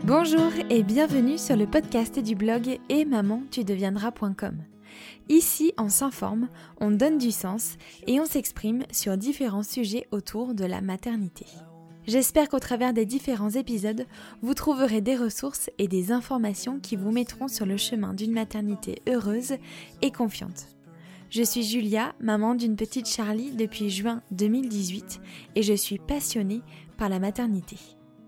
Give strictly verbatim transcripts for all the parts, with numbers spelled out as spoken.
Bonjour et bienvenue sur le podcast du blog et maman tu deviendras point com. Ici, on s'informe, on donne du sens et on s'exprime sur différents sujets autour de la maternité. J'espère qu'au travers des différents épisodes, vous trouverez des ressources et des informations qui vous mettront sur le chemin d'une maternité heureuse et confiante. Je suis Julia, maman d'une petite Charlie depuis juin deux mille dix-huit et je suis passionnée par la maternité.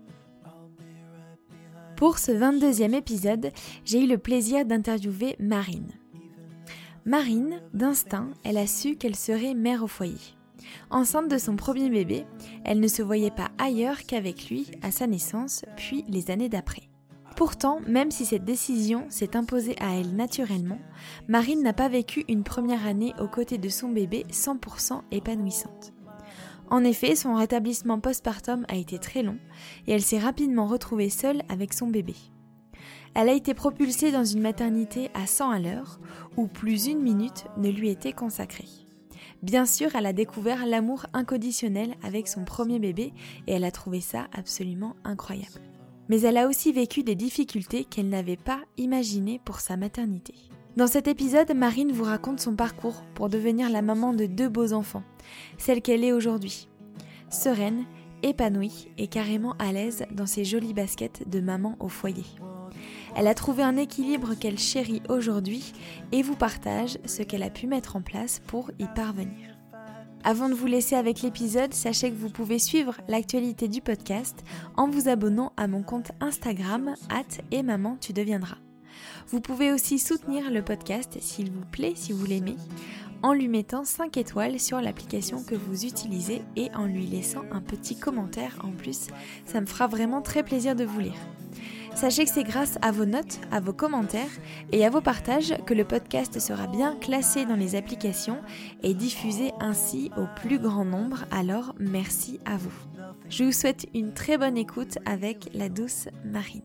Pour ce vingt-deuxième épisode, j'ai eu le plaisir d'interviewer Marine. Marine, d'instinct, elle a su qu'elle serait mère au foyer. Enceinte de son premier bébé, elle ne se voyait pas ailleurs qu'avec lui à sa naissance, puis les années d'après. Pourtant, même si cette décision s'est imposée à elle naturellement, Marine n'a pas vécu une première année aux côtés de son bébé cent pour cent épanouissante. En effet, son rétablissement postpartum a été très long et elle s'est rapidement retrouvée seule avec son bébé. Elle a été propulsée dans une maternité à cent à l'heure où plus une minute ne lui était consacrée. Bien sûr, elle a découvert l'amour inconditionnel avec son premier bébé et elle a trouvé ça absolument incroyable. Mais elle a aussi vécu des difficultés qu'elle n'avait pas imaginées pour sa maternité. Dans cet épisode, Marine vous raconte son parcours pour devenir la maman de deux beaux enfants, celle qu'elle est aujourd'hui. Sereine, épanouie et carrément à l'aise dans ses jolies baskets de maman au foyer. Elle a trouvé un équilibre qu'elle chérit aujourd'hui et vous partage ce qu'elle a pu mettre en place pour y parvenir. Avant de vous laisser avec l'épisode, sachez que vous pouvez suivre l'actualité du podcast en vous abonnant à mon compte Instagram arobase et maman tu deviendras. Vous pouvez aussi soutenir le podcast s'il vous plaît, si vous l'aimez, en lui mettant cinq étoiles sur l'application que vous utilisez et en lui laissant un petit commentaire en plus. Ça me fera vraiment très plaisir de vous lire. Sachez que c'est grâce à vos notes, à vos commentaires et à vos partages que le podcast sera bien classé dans les applications et diffusé ainsi au plus grand nombre, alors merci à vous. Je vous souhaite une très bonne écoute avec la douce Marine.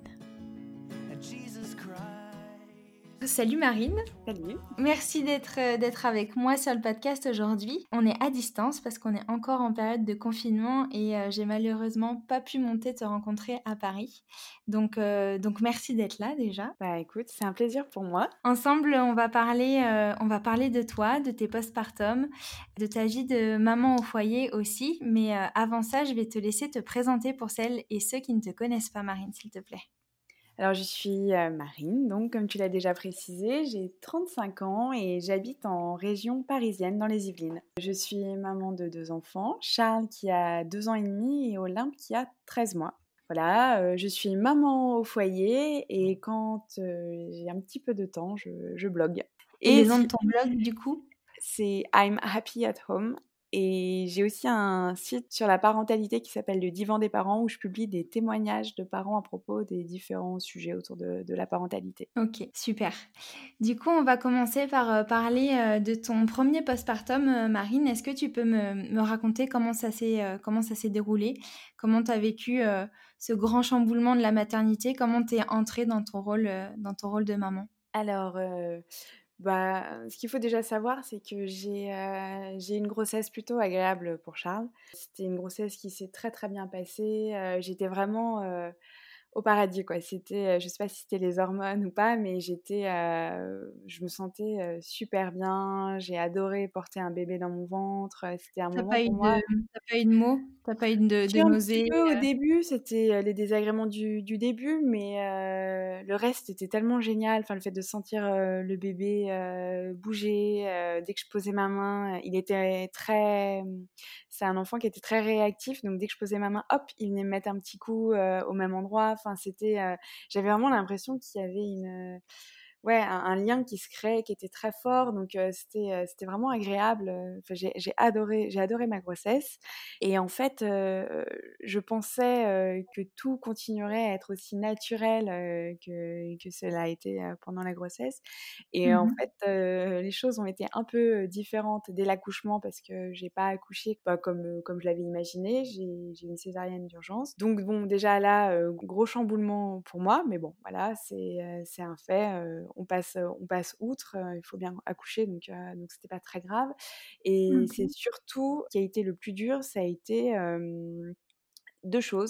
Salut Marine. Salut. Merci d'être, euh, d'être avec moi sur le podcast aujourd'hui. On est à distance parce qu'on est encore en période de confinement et euh, j'ai malheureusement pas pu monter te rencontrer à Paris. Donc, euh, donc merci d'être là déjà. Bah écoute, c'est un plaisir pour moi. Ensemble, on va parler, euh, on va parler de toi, de tes postpartum, de ta vie de maman au foyer aussi. Mais euh, avant ça, je vais te laisser te présenter pour celles et ceux qui ne te connaissent pas, Marine, s'il te plaît. Alors je suis euh, Marine, donc comme tu l'as déjà précisé, j'ai trente-cinq ans et j'habite en région parisienne dans les Yvelines. Je suis maman de deux enfants, Charles qui a deux ans et demi et Olympe qui a treize mois. Voilà, euh, je suis maman au foyer et quand euh, j'ai un petit peu de temps, je, je blogue. Et, et le nom de ton blog du coup ? C'est I'm Happy at Home. Et j'ai aussi un site sur la parentalité qui s'appelle le Divan des parents où je publie des témoignages de parents à propos des différents sujets autour de, de la parentalité. Ok, super. Du coup, on va commencer par euh, parler euh, de ton premier postpartum, euh, Marine. Est-ce que tu peux me, me raconter comment ça s'est, euh, comment ça s'est déroulé ? Comment tu as vécu euh, ce grand chamboulement de la maternité ? Comment tu es entrée dans ton rôle, euh, dans ton rôle de maman ? Alors... Euh... Bah, ce qu'il faut déjà savoir, c'est que j'ai, euh, j'ai une grossesse plutôt agréable pour Charles. C'était une grossesse qui s'est très très bien passée. Euh, j'étais vraiment euh, au paradis, quoi. C'était, je sais pas si c'était les hormones ou pas, mais j'étais, euh, je me sentais euh, super bien. J'ai adoré porter un bébé dans mon ventre. C'était un T'as moment pas eu pour de, moi. t'as pas eu de mots ? T'as pas eu de, J'ai de un petit nausées ? peu au euh début, c'était euh, les désagréments du, du début, mais euh, le reste était tellement génial. Enfin, le fait de sentir euh, le bébé euh, bouger, euh, dès que je posais ma main, il était très... C'est un enfant qui était très réactif, donc dès que je posais ma main, hop, il venait me mettre un petit coup euh, au même endroit. Enfin, c'était... Euh, j'avais vraiment l'impression qu'il y avait une... Ouais, un, un lien qui se créait, qui était très fort, donc euh, c'était, euh, c'était vraiment agréable. Enfin, j'ai, j'ai adoré, j'ai adoré ma grossesse. Et en fait, euh, je pensais euh, que tout continuerait à être aussi naturel euh, que, que cela a été euh, pendant la grossesse. Et en Mhm. fait, euh, les choses ont été un peu différentes dès l'accouchement parce que j'ai pas accouché bah, comme, comme je l'avais imaginé. J'ai, j'ai une césarienne d'urgence. Donc bon, déjà là, euh, gros chamboulement pour moi, mais bon, voilà, c'est, euh, c'est un fait. Euh, on passe, on passe outre. Euh, il faut bien accoucher, donc euh, donc c'était pas très grave. Et Ok. c'est surtout ce qui a été le plus dur, ça a été euh, deux choses.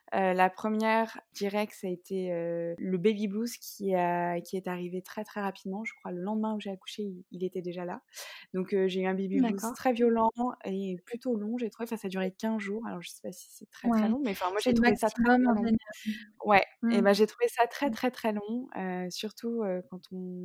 Heu, la première, je dirais que ça a été, heu, le baby blues qui a qui est arrivé très, très rapidement. Je crois le lendemain où j'ai accouché, il il était déjà là. Donc heu, j'ai eu un baby blues D'accord. très violent et plutôt long, j'ai trouvé. Enfin, ça a duré quinze jours. Alors je sais pas si c'est très, très Ouais, long, mais enfin moi c'est j'ai le trouvé ça très, maximum très en long. général. Ouais et Mmh. ben j'ai trouvé ça très, Mmh. très, très long, heu, surtout, heu, quand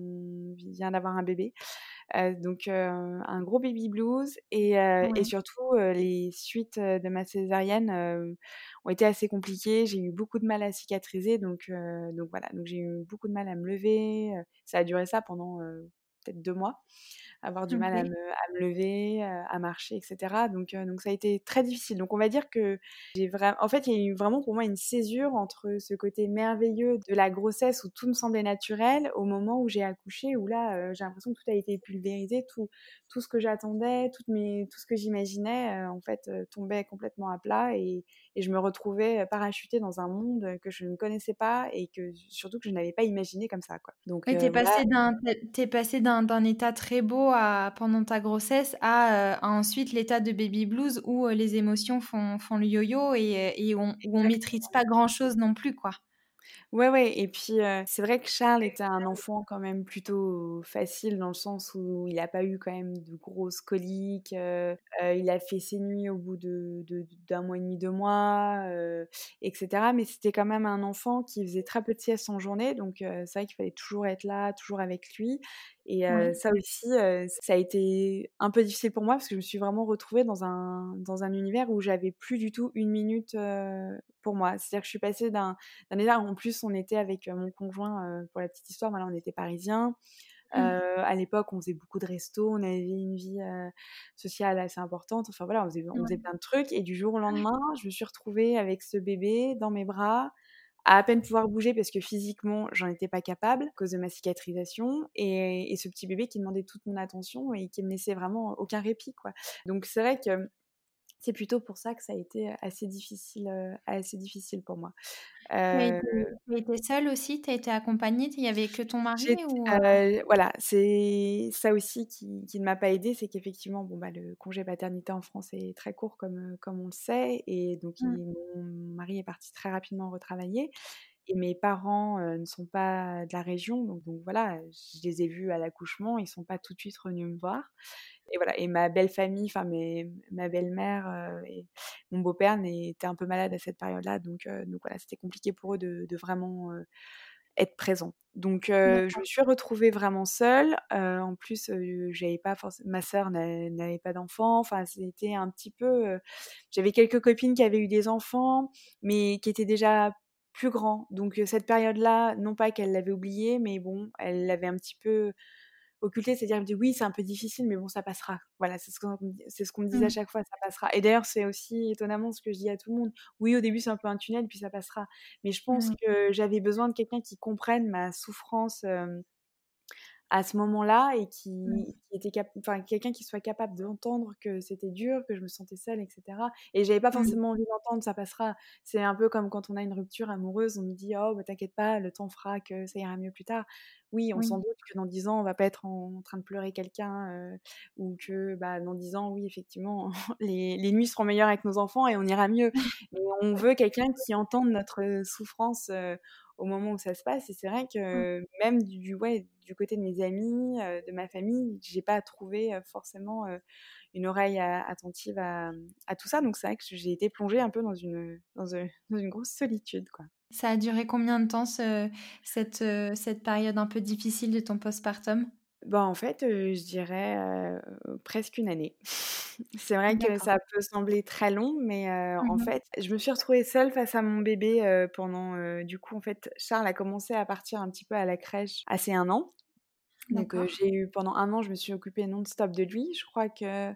on vient d'avoir un bébé. Heu, donc heu, un gros baby blues et heu et Ouais. surtout, heu, les suites, heu, de ma césarienne, heu, ont été assez compliquées. J'ai eu beaucoup de mal à cicatriser donc heu, donc voilà, donc j'ai eu beaucoup de mal à me lever, heu, ça a duré ça pendant, heu, peut-être deux mois. Avoir du mal à OK. me à me lever, heu, à marcher et cetera donc heu, donc ça a été très difficile. Donc on va dire que j'ai vraim en fait, il y a eu vraiment pour moi une césure entre ce côté merveilleux de la grossesse où tout me semblait naturel, au moment où j'ai accouché où là, heu, j'ai l'impression que tout a été pulvérisé, tout tout ce que j'attendais, toutes mes tout ce que j'imaginais, heu, en fait, heu, tombait complètement à plat et et je me retrouvais, heu, parachutée dans un monde, heu, que je ne connaissais pas et que surtout que je n'avais pas imaginé comme ça, quoi. Donc Oui, tu heu, es voilà. passée d'un tu es passée d'un d'un état très beau à pendant ta grossesse à, heu, à ensuite l'état de baby blues où, heu, les émotions font font le yo-yo et heu et on où on maîtrise Exactement. pas grand chose non plus, quoi. Ouais, ouais et puis, heu, c'est vrai que Charles était un enfant quand même plutôt facile dans le sens où il a pas eu quand même de grosses coliques, heu heu, il a fait ses nuits au bout de de d'un mois et demi, deux mois, heu et cetera. Mais c'était quand même un enfant qui faisait très peu de siestes en journée donc heu, c'est vrai qu'il fallait toujours être là, toujours avec lui et heu, Ouais. ça aussi, heu, ça a été un peu difficile pour moi parce que je me suis vraiment retrouvée dans un dans un univers où j'avais plus du tout une minute, heu, pour moi. C'est-à-dire que je suis passée d'un d'un état en plus on était avec, heu, mon conjoint, heu, pour la petite histoire, voilà, on était parisiens. Heu, Mmh. à l'époque, on faisait beaucoup de restos, on avait une vie, heu, sociale assez importante. Enfin voilà, on faisait on faisait Ouais. plein de trucs et du jour au lendemain, je me suis retrouvée avec ce bébé dans mes bras, à à peine pouvoir bouger parce que physiquement, j'en étais pas capable à cause de ma cicatrisation et et ce petit bébé qui demandait toute mon attention et qui me laissait vraiment aucun répit, quoi. Donc c'est vrai que c'est plutôt pour ça que ça a été assez difficile, heu, assez difficile pour moi. Tu as Heu été tu as été seule aussi? Tu as été accompagnée? Il y avait que ton mari J'ét ou heu? heu, voilà, c'est ça aussi qui qui ne m'a pas aidée, c'est qu'effectivement, bon, bah, le congé paternité en France est très court comme, heu, comme on le sait et donc Mmh. il mon mari est parti très rapidement retravailler et mes parents, heu, ne sont pas de la région donc donc voilà, je les ai vus à l'accouchement, ils sont pas tout de suite venus me voir et voilà et ma belle famille, enfin mes ma belle-mère, heu et mon beau-père né était un peu malade à cette période-là donc heu, donc voilà, c'était compliqué pour eux de de vraiment, heu, être présents. Donc heu, je me D'accord. suis retrouvée vraiment seule, heu, en plus, heu, j'avais pas forcé ma sœur n'a n'avait pas d'enfant, enfin c'était un petit peu, heu j'avais quelques copines qui avaient eu des enfants, mais qui étaient déjà plus grands. Donc heu, cette période-là, non pas qu'elle l'avait oubliée, mais bon, elle l'avait un petit peu occultée. C'est-à-dire, elle me dit: «Oui, c'est un peu difficile, mais bon, ça passera». Voilà, c'est ce qu'on me di c'est ce qu'on me disait à Mmh. chaque fois: «Ça passera» et d'ailleurs, c'est aussi étonnamment ce que je dis à tout le monde: «Oui, au début, c'est un peu un tunnel, puis ça passera». Mais je pense Mmh. que j'avais besoin de quelqu'un qui comprenne ma souffrance, hem, à ce moment-là et Mmh. qui qui était cap enfin, quelqu'un qui soit capable d'entendre que c'était dur, que je me sentais seule et cetera et j'avais pas Mmh. forcément envie d'entendre: «Ça passera». C'est un peu comme quand on a une rupture amoureuse, on me dit: «Oh, bah, t'inquiète pas, le temps fera que ça ira mieux plus tard». Oui, on s'en Oui. doute que dans dix ans, on va pas être en en train de pleurer quelqu'un, heu, ou que, bah, dans dix ans, oui, effectivement, les les nuits seront meilleures avec nos enfants et on ira mieux. Mais on veut quelqu'un qui entende notre, heu, souffrance, heu, au moment où ça se passe et c'est vrai Mmh. que même du du ouais, du côté de mes amis, heu, de ma famille, j'ai pas trouvé, heu, forcément, heu, une oreille a attentive à, mmh, à tout ça. Donc c'est vrai que j'ai été plongée un peu dans une, dans, heu, dans une grosse solitude, quoi. Ça a duré combien de temps ce cette, heu, cette période un peu difficile de ton postpartum? Bah, en fait, heu, je dirais, heu, presque une année. C'est vrai que D'accord. ça peut sembler très long, mais heu, Mmh en mh. fait, je me suis retrouvée seule face à mon bébé, heu, pendant, heu, du coup, en fait, Charles a commencé à partir un petit peu à la crèche à ses un an. Donc heu, D'accord. j'ai eu pendant un an, je me suis occupée non-stop de lui. Je crois que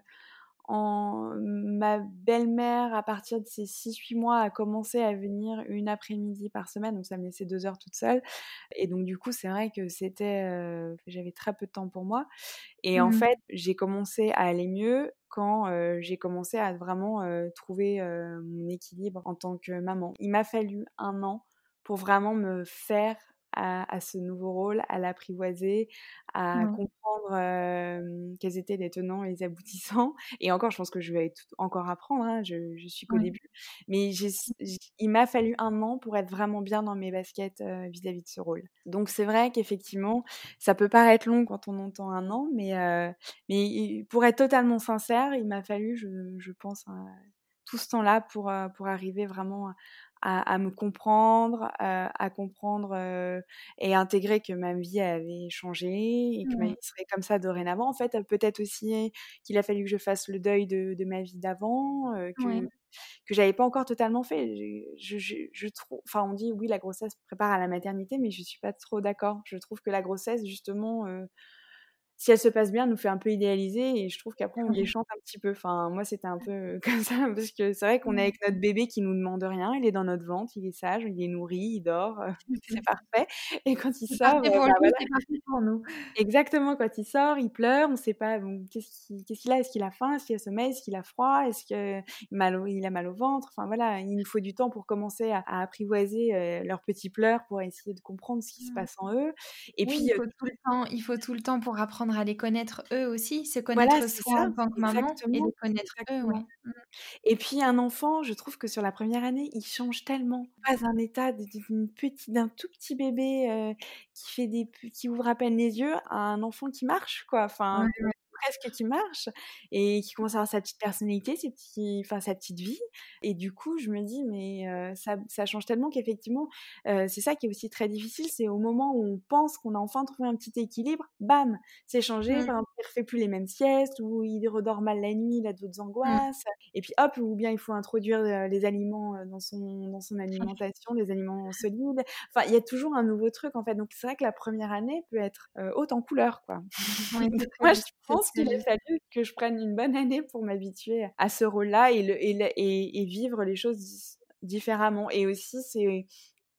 en ma belle-mère, à partir de ses six huit mois, a commencé à venir une après-midi par semaine, donc ça me laissait deux heures toute seule et donc du coup, c'est vrai que c'était, heu, j'avais très peu de temps pour moi et en Mmh mh. fait, j'ai commencé à aller mieux quand, heu, j'ai commencé à vraiment, heu, trouver, heu, mon équilibre en tant que maman. Il m'a fallu un an pour vraiment me faire à à ce nouveau rôle, à l'apprivoiser, à Ouais. comprendre, hem, quels étaient les tenants et les aboutissants et encore je pense que je vais tout encore apprendre, hein, je je suis qu'au Ouais. début. Mais j'ai s j il m'a fallu un an pour être vraiment bien dans mes baskets, heu, vis-à-vis de ce rôle. Donc c'est vrai qu'effectivement, ça peut paraître long quand on entend un an, mais heu, mais i pour être totalement sincère, il m'a fallu, je je pense, heu, tout ce temps-là pour, heu, pour arriver vraiment à à me comprendre, heu, à comprendre, heu et intégrer que ma vie avait changé et que ma vie Ouais. serait comme ça dorénavant. En fait, heu, peut-être aussi qu'il a fallu que je fasse le deuil de de ma vie d'avant, heu, que Ouais. que j'avais pas encore totalement fait. Je je je trou enfin, on dit: «Oui, la grossesse prépare à la maternité», mais je suis pas trop d'accord. Je trouve que la grossesse, justement, heu, si elle se passe bien, nous fait un peu idéaliser et je trouve qu'après on Ouais. déchante un petit peu. Enfin, moi, c'était un peu comme ça parce que c'est vrai qu'on est Ouais. avec notre bébé qui nous demande rien. Il est dans notre ventre, il est sage, il est nourri, il dort, heu, c'est parfait et quand il C'est sort, parfait heu, pour bah, lui, voilà. c'est parfait pour nous. Exactement, quand il sort, il pleure, on sait pas, bon, qu'est-ce qu'il qu'est-ce qu'il a? Est-ce qu'il a faim? Est-ce qu'il a sommeil? Est-ce qu'il a froid? Est-ce que mal au il a mal au ventre? Enfin voilà, il nous faut du temps pour commencer à à apprivoiser, heu, leurs petits pleurs, pour essayer de comprendre ce qui se Mmh. passe en eux et Oui, il puis, heu faut tout le temps il faut tout le temps pour apprendre à les connaître eux aussi, se voilà, connaître c'est soi ça, en tant que maman et exactement, les connaître eux, exactement. ouais. Mmh. Et puis un enfant, je trouve que sur la première année, il change tellement. On passe d'un état de d'une petit d'un tout petit bébé, heu, qui fait des p qui ouvre à peine les yeux, à un enfant qui marche quoi, Ouais, enfin ouais. presque qui marche et qui commence à avoir sa petite personnalité, ses petits enfin sa petite vie et du coup, je me dis: «Mais heu, ça ça change tellement qu'effectivement», heu, c'est ça qui est aussi très difficile, c'est au moment où on pense qu'on a enfin trouvé un petit équilibre, bam! C'est changé. Mmh. Par exemple, il refait plus les mêmes siestes ou il redort mal la nuit, il a d'autres Mmh. angoisses et puis hop, ou bien il faut introduire, heu, les aliments, heu, dans son dans son alimentation, des aliments solides. Enfin, il y a toujours un nouveau truc, en fait, donc c'est vrai que la première année peut être, heu, haute en couleurs, quoi. Ouais, Donc c'est très moi, je juste, c'est pense très qu'il a juste. fallu que je prenne une bonne année pour m'habituer à ce rôle-là et le et le et et vivre les choses dis différemment et aussi c'est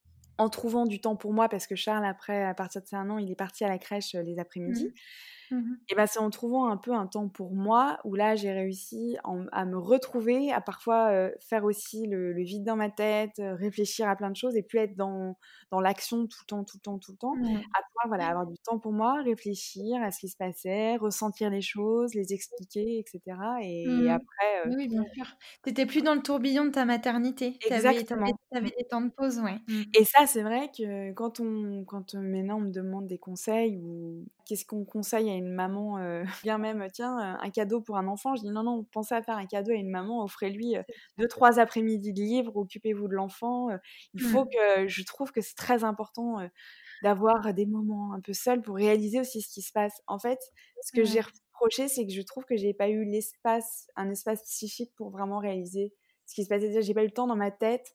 en trouvant du temps pour moi parce que Charles après, à partir de ses un an, il est parti à la crèche, heu, les après-midi Mmh. Mmh mh. et bah, c'est en trouvant un peu un temps pour moi où là, j'ai réussi en à me retrouver, à parfois, heu, faire aussi le le vide dans ma tête, heu, réfléchir à plein de choses et plus être dans dans l'action tout le temps, tout le temps, tout le temps. Ouais. À pouvoir, voilà, avoir du temps pour moi, réfléchir à ce qui se passait, ressentir les choses, les expliquer et cetera et Mmh. après, heu Oui, oui, bien sûr. Tu étais plus dans le tourbillon de ta maternité. Tu avais tu avais exactement. tu avais des temps de pause, ouais. Mmh. Et ça, c'est vrai que quand on quand, heu, maintenant on me demande des conseils ou qu'est-ce qu'on conseille à une maman, heu, bien même, tiens, heu, un cadeau pour un enfant, je dis: «Non, non, pensez à faire un cadeau à une maman, offrez-lui, heu, C'est ça. deux trois après-midi de livres, occupez-vous de l'enfant», heu, il faut Mmh. que je trouve que c'est très important, heu, d'avoir des moments un peu seuls pour réaliser aussi ce qui se passe. En fait, ce que j'ai Ouais. reproché, c'est que je trouve que j'ai pas eu l'espace un espace psychique pour vraiment réaliser ce qui se passait. C'est-à-dire, j'ai pas eu le temps dans ma tête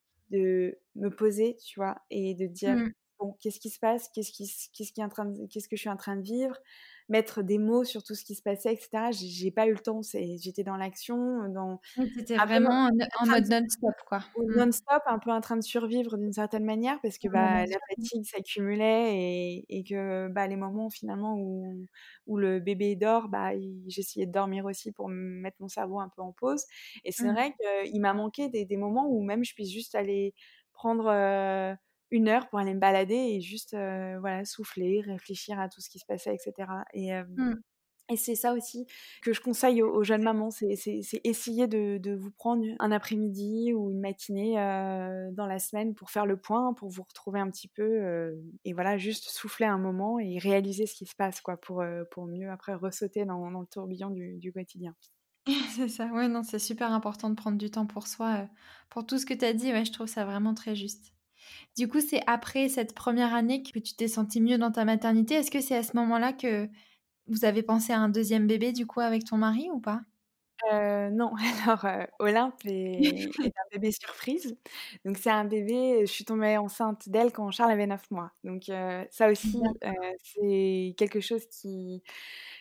de me poser, tu vois? Et de dire: Mmh. «Bon, qu'est-ce qui se passe? Qu'est-ce qui s qu'est-ce qui est en train de qu'est-ce que je suis en train de vivre?» Mettre des mots sur tout ce qui se passait et cetera. J'ai j'ai pas eu le temps, c'est j'étais dans l'action, heu, dans Oui, tu étais un peu vraiment en en en train de mode non-stop, quoi. au Mmh. non-stop, un peu en train de survivre d'une certaine manière parce que, Ouais, bah, bien la sûr. Mmh. fatigue s'accumulait et et que, bah, les moments finalement où où le bébé dort, bah, il j'essayais de dormir aussi pour me mettre mon cerveau un peu en pause et c'est Mmh. vrai qu'il m'a manqué des des moments où même je puisse juste aller prendre, heu, une heure pour aller me balader et juste, heu, voilà, souffler, réfléchir à tout ce qui se passait et cetera et hem Mmh. et c'est ça aussi que je conseille aux aux jeunes mamans, c'est c'est c'est essayer de de vous prendre un après-midi ou une matinée, heu, dans la semaine pour faire le point, pour vous retrouver un petit peu, heu et voilà, juste souffler un moment et réaliser ce qui se passe quoi, pour, heu, pour mieux après ressauter dans dans le tourbillon du du quotidien. C'est ça. Ouais, non, c'est super important de prendre du temps pour soi, heu, pour tout ce que tu as dit, ouais, je trouve ça vraiment très juste. Du coup, c'est après cette première année que tu t'es sentie mieux dans ta maternité. Est-ce que c'est à ce moment-là que vous avez pensé à un deuxième bébé, du coup, avec ton mari ou pas? Heu, non, alors, heu, Olympe est est un bébé surprise. Donc c'est un bébé je suis tombée enceinte d'elle quand Charles avait neuf mois. Donc heu, ça aussi, heu, D'accord. c'est quelque chose qui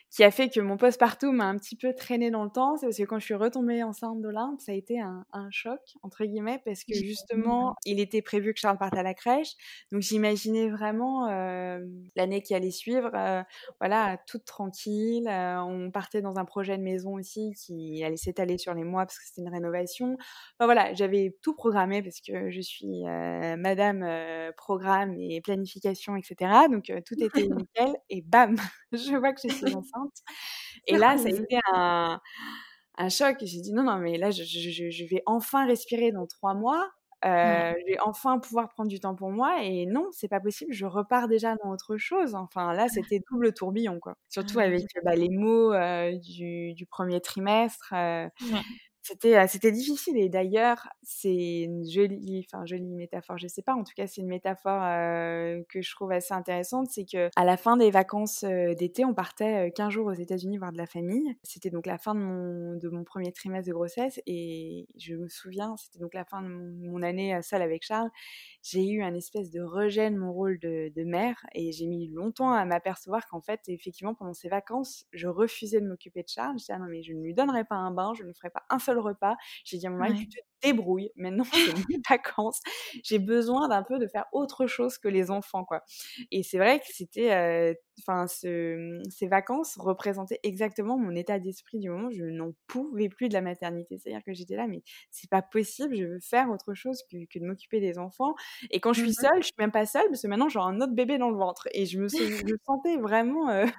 qui a fait que mon postpartum m'a un petit peu traîné dans le temps. C'est parce que quand je suis retombée enceinte d'Olympe, ça a été un, un choc, entre guillemets, parce que justement, il était prévu que Charles parte à la crèche. Donc, j'imaginais vraiment euh, l'année qui allait suivre, euh, voilà, toute tranquille. Euh, on partait dans un projet de maison aussi qui allait s'étaler sur les mois parce que c'était une rénovation. Enfin, voilà, j'avais tout programmé parce que je suis euh, madame euh, programme et planification, et cetera. Donc, euh, tout était nickel. Et bam, je vois que je suis enceinte. Et là, ça a été un, un choc. J'ai dit non, non, mais là, je, je, je vais enfin respirer dans trois mois. Euh, ouais. Je vais enfin pouvoir prendre du temps pour moi. Et non, c'est pas possible. Je repars déjà dans autre chose. Enfin, là, c'était double tourbillon, quoi. Surtout avec bah, les mots euh, du, du premier trimestre. Euh, ouais. C'était, euh, c'était difficile. Et d'ailleurs, c'est une jolie, enfin jolie métaphore, je sais pas. En tout cas, c'est une métaphore euh, que je trouve assez intéressante. C'est que à la fin des vacances euh, d'été, on partait euh, quinze jours aux États-Unis voir de la famille. C'était donc la fin de mon, de mon premier trimestre de grossesse. Et je me souviens, c'était donc la fin de mon, mon année euh, seule avec Charles. J'ai eu un espèce de rejet de mon rôle de, de mère. Et j'ai mis longtemps à m'apercevoir qu'en fait, effectivement, pendant ces vacances, je refusais de m'occuper de Charles. Je disais, ah non, mais je ne lui donnerai pas un bain, je ne ferai pas un seul repas. J'ai dit à mon mari, ouais. Tu te débrouilles. Maintenant, c'est mes vacances. J'ai besoin d'un peu de faire autre chose que les enfants, quoi. Et c'est vrai que c'était, enfin, euh, ce, ces vacances représentaient exactement mon état d'esprit du moment. Je n'en pouvais plus de la maternité. C'est-à-dire que j'étais là, mais c'est pas possible. Je veux faire autre chose que, que de m'occuper des enfants. Et quand je suis seule, je suis même pas seule parce que maintenant j'ai un autre bébé dans le ventre. Et je me, je me sentais vraiment euh,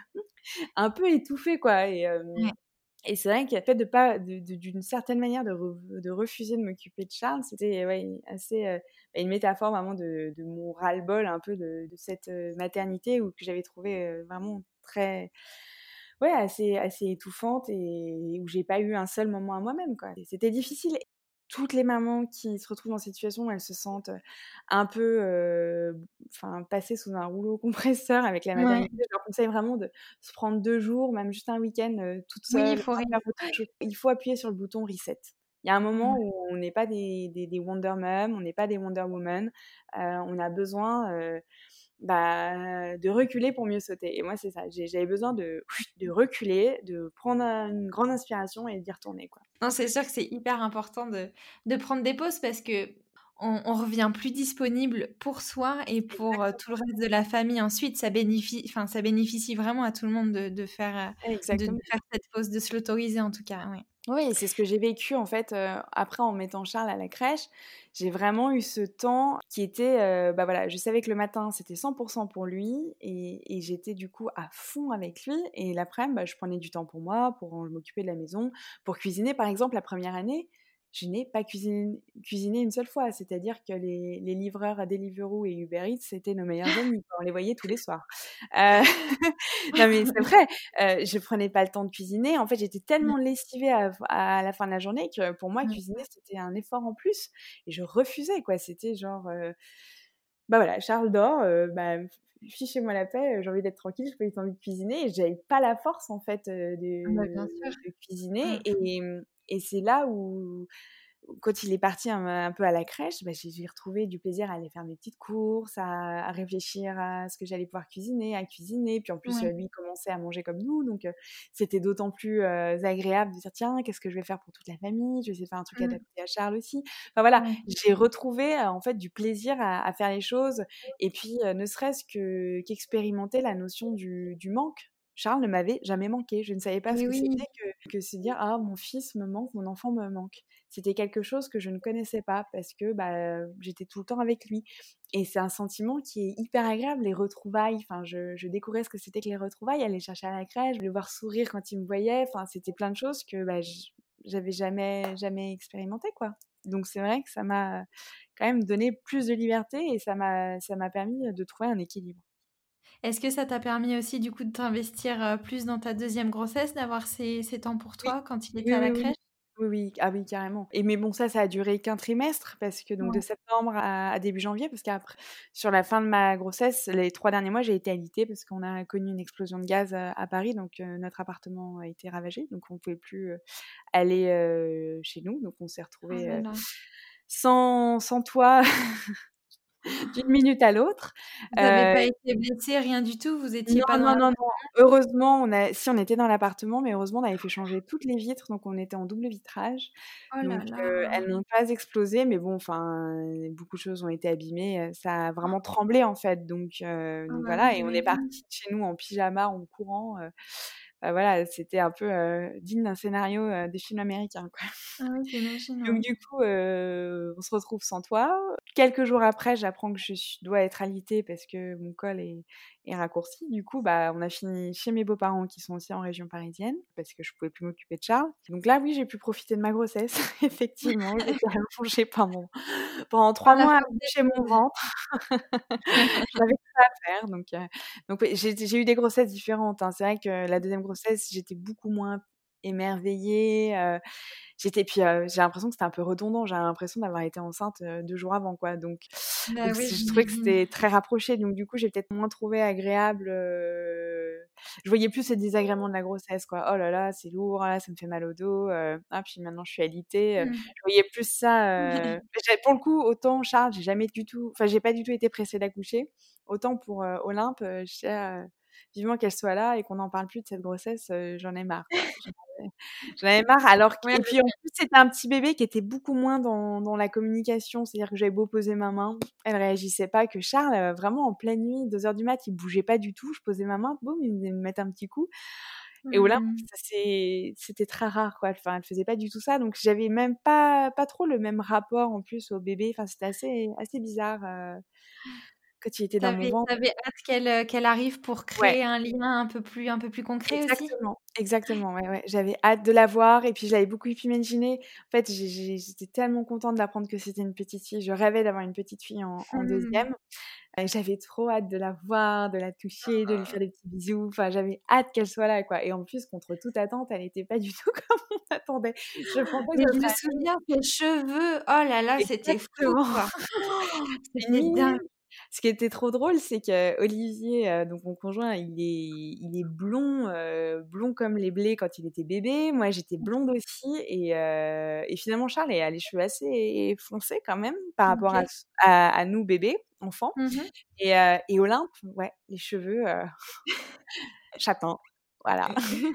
un peu étouffée, quoi. Et euh, ouais. Et c'est vrai que le fait de pas, de, de, d'une certaine manière, de, re, de refuser de m'occuper de Charles, c'était ouais, assez euh, une métaphore vraiment de, de mon ras-le-bol un peu de, de cette maternité où, que j'avais trouvé euh, vraiment très, ouais, assez, assez étouffante et où j'ai pas eu un seul moment à moi-même, quoi. Et c'était difficile. Toutes les mamans qui se retrouvent dans cette situation, elles se sentent un peu euh, enfin, passées sous un rouleau compresseur avec la maternité. Ouais. Je leur conseille vraiment de se prendre deux jours, même juste un week-end euh, toute seule. Oui, il faut, il faut appuyer sur le bouton reset. Il y a un moment ouais. où on n'est pas des, des, des Wonder Mom, on n'est pas des Wonder Woman. Euh, on a besoin euh, bah, de reculer pour mieux sauter. Et moi, c'est ça. J'ai, j'avais besoin de, de reculer, de prendre une grande inspiration et d'y retourner, quoi. Non, c'est sûr que c'est hyper important de, de prendre des pauses parce que on, on revient plus disponible pour soi et pour euh, tout le reste de la famille. Ensuite, ça bénéficie, enfin, ça bénéficie vraiment à tout le monde de, de, faire, de, de faire cette pause, de se l'autoriser en tout cas. Oui. Oui, c'est ce que j'ai vécu en fait euh, après en mettant Charles à la crèche. J'ai vraiment eu ce temps qui était, euh, bah voilà, je savais que le matin c'était cent pour cent pour lui et, et j'étais du coup à fond avec lui. Et l'après-midi, bah, je prenais du temps pour moi, pour m'occuper de la maison, pour cuisiner. Par exemple, la première année, je n'ai pas cuisiné, cuisiné une seule fois. C'est-à-dire que les, les livreurs à Deliveroo et Uber Eats, c'était nos meilleurs amis. On les voyait tous les soirs. Euh... non mais c'est vrai, euh, je prenais pas le temps de cuisiner. En fait, j'étais tellement lessivée à, à la fin de la journée que pour moi, cuisiner, c'était un effort en plus. Et je refusais, quoi. C'était genre, euh... bah voilà, Charles dort, euh, bah, fichez-moi la paix, j'ai envie d'être tranquille, j'ai pas eu envie de cuisiner. Et j'avais pas la force, en fait, de, bah, bien sûr. de cuisiner. Et, et c'est là où... quand il est parti un, un peu à la crèche, bah, j'ai, j'ai retrouvé du plaisir à aller faire mes petites courses, à, à réfléchir à ce que j'allais pouvoir cuisiner, à cuisiner. Puis en plus, ouais. euh, lui commençait à manger comme nous, donc euh, c'était d'autant plus euh, agréable de dire tiens, qu'est-ce que je vais faire pour toute la famille ? Je vais essayer de faire un truc mmh. adapté à Charles aussi. Enfin voilà, ouais. j'ai retrouvé euh, en fait du plaisir à, à faire les choses, et puis euh, ne serait-ce que qu'expérimenter la notion du, du manque. Charles ne m'avait jamais manqué. Je ne savais pas Mais ce que oui. c'était que, que se dire « Ah, mon fils me manque, mon enfant me manque ». C'était quelque chose que je ne connaissais pas parce que bah, j'étais tout le temps avec lui. Et c'est un sentiment qui est hyper agréable, les retrouvailles. Enfin, je, je découvrais ce que c'était que les retrouvailles, aller chercher à la crèche, le voir sourire quand il me voyait. Enfin, c'était plein de choses que bah, j'avais jamais, jamais expérimenté, quoi. Donc c'est vrai que ça m'a quand même donné plus de liberté et ça m'a, ça m'a permis de trouver un équilibre. Est-ce que ça t'a permis aussi du coup de t'investir plus dans ta deuxième grossesse, d'avoir ces, ces temps pour toi oui. quand il était oui, à la oui, crèche ? Oui, oui, ah oui, carrément. Et mais bon, ça, ça a duré qu'un trimestre parce que donc ouais. de septembre à, à début janvier, parce qu'après, sur la fin de ma grossesse, les trois derniers mois, j'ai été alitée parce qu'on a connu une explosion de gaz à, à Paris, donc euh, notre appartement a été ravagé, donc on ne pouvait plus euh, aller euh, chez nous, donc on s'est retrouvés euh, sans, sans toit. d'une minute à l'autre. Vous avez Heu pas été blessés, rien du tout? Vous étiez Non, pas dans non, non, non. l'appartement? Heureusement, on a si on était dans l'appartement, mais heureusement, on avait fait changer toutes les vitres, donc on était en double vitrage. Oh là Donc là! heu, elles n'ont pas explosé, mais bon, enfin, beaucoup de choses ont été abîmées, heu, ça a vraiment tremblé, en fait, donc heu, Ah donc bah oui, voilà et on est j'imagine. partis de chez nous en pyjama, en courant, heu, bah, voilà, c'était un peu, heu, digne d'un scénario, heu, des films américains, quoi. Ah oui, j'imagine, Donc ouais. du coup, heu, on se retrouve sans toit. Quelques jours après, j'apprends que je suis dois être alitée parce que mon col est est raccourci. Du coup, bah, on a fini chez mes beaux-parents qui sont aussi en région parisienne parce que je pouvais plus m'occuper de Charles. Donc là, oui, j'ai pu profiter de ma grossesse. Effectivement, j'étais allongée pendant pendant Oh trois la mois à force des chez mon choses! ventre. J'avais que ça à faire donc heu, donc oui, j'ai j'ai eu des grossesses différentes, hein. C'est vrai que la deuxième grossesse, j'étais beaucoup moins émerveillée, heu, j'étais puis, heu, j'ai l'impression que c'était un peu redondant. J'avais l'impression d'avoir été enceinte, heu, deux jours avant, quoi, donc Bah donc oui, c je trouvais que j'imagine. c'était très rapproché, donc du coup, j'ai peut-être moins trouvé agréable, heu, je voyais plus ces désagréments de la grossesse, quoi. «Oh là là, c'est lourd, ah là, ça me fait mal au dos, heu, ah puis maintenant je suis alitée», heu, Mmh. je voyais plus ça, heu, j'ai pour le coup, autant Charles, j'ai jamais du tout enfin, j'ai pas du tout été pressée d'accoucher, autant pour, heu, Olympe, heu, j'étais là, heu, vivement qu'elle soit là et qu'on n'en parle plus de cette grossesse, heu, j'en ai marre, quoi. J'en avais j'en avais marre alors q Ouais, et ouais. puis en plus, c'était un petit bébé qui était beaucoup moins dans dans la communication. C'est-à-dire que j'avais beau poser ma main, elle réagissait pas, que Charles, heu, vraiment en pleine nuit, deux heures du mat, il bougeait pas du tout. Je posais ma main, boum, il venait me mettre un petit coup et Olympe, Mmh. ça c'est c'était très rare, quoi. Enfin, elle faisait pas du tout ça, donc j'avais même pas pas trop le même rapport en plus au bébé. Enfin, c'était assez assez bizarre, heu, quand il était Tu dans mon avais tu ventre. avais hâte qu'elle, heu, qu'elle arrive pour Ouais. créer un lien un peu plus un peu plus concret aussi? Exactement, exactement, ouais, ouais. J'avais hâte de la voir et puis je l'avais beaucoup imaginé. En fait, j'ai j'ai j'étais tellement contente d'apprendre que c'était une petite fille. Je rêvais d'avoir une petite fille en en Mmh. deuxième et j'avais trop hâte de la voir, de la toucher, de lui faire des petits bisous. Enfin, j'avais hâte qu'elle soit là, quoi et en plus, contre toute attente, elle était pas du tout comme on attendait. Je pensais que Mais ça je me serait souviens, ses cheveux, oh là là, c'était fou, exactement. quoi. Une C'était mini dingue. Ce qui était trop drôle, c'est qu'Olivier, heu, donc mon conjoint, il est il est blond, heu, blond comme les blés quand il était bébé. Moi, j'étais blonde aussi et heu et finalement, Charles, il a les cheveux assez foncés quand même par rapport à OK. s à à nous bébés, enfants Mmh mh. et heu et Olympe, ouais, les cheveux, heu, châtains, voilà.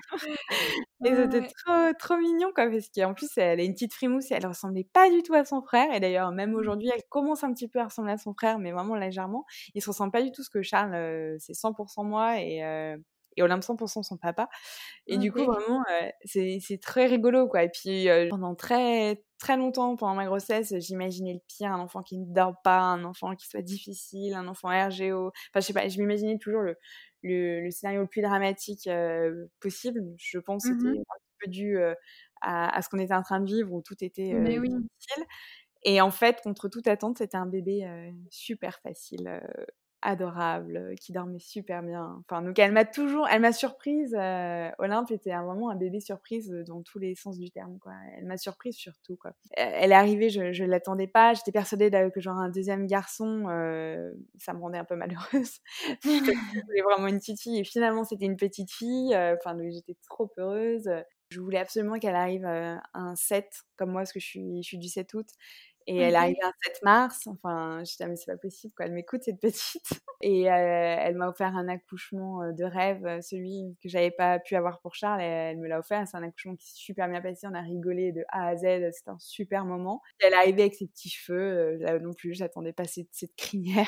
Et Ouais, c'était ouais. trop trop mignon, quoi, parce qu'en plus, elle a une petite frimousse et elle ressemblait pas du tout à son frère et d'ailleurs, même Mmh. aujourd'hui, elle commence un petit peu à ressembler à son frère, mais vraiment légèrement. Ils se ressemblent pas du tout parce que Charles, heu, c'est cent pour cent moi et heu et Olympe cent pour cent son papa et du coup, OK. vraiment, heu, c'est c'est très rigolo, quoi et puis, heu, pendant très, très longtemps, pendant ma grossesse, j'imaginais le pire, un enfant qui ne dort pas, un enfant qui soit difficile, un enfant R G O. Enfin, je sais pas, je m'imaginais toujours le le le scénario le plus dramatique, heu, possible. Je pense que Mmh c'était mh. un petit peu dû, heu, à à ce qu'on était en train de vivre où tout était, Mais heu, oui. difficile et en fait, contre toute attente, c'était un bébé, heu, super facile, heu, adorable, heu, qui dormait super bien. Enfin, donc elle m'a toujours elle m'a surprise, heu, Olympe était un vraiment un bébé surprise, heu, dans tous les sens du terme, quoi. Elle m'a surprise sur tout, quoi. E elle est arrivée, je je l'attendais pas, j'étais persuadée d'a que j'aurais un deuxième garçon, heu, ça me rendait un peu malheureuse parce que je voulais vraiment une petite fille et finalement, c'était une petite fille, heu, enfin, donc j'étais trop heureuse. Je voulais absolument qu'elle arrive, heu, un sept comme moi, parce que je suis je suis du sept août et elle est arrivée OK. un sept mars. Enfin, j'étais là: «Mais c'est pas possible, quoi, elle m'écoute cette petite» et heu, elle m'a offert un accouchement, heu, de rêve, heu, celui que j'avais pas pu avoir pour Charles, elle me l'a offert. C'est un accouchement qui s'est super bien passé, on a rigolé de A à Z, c'était un super moment. Elle est arrivée avec ses petits cheveux, heu, là non plus, j'attendais pas cette cette crinière.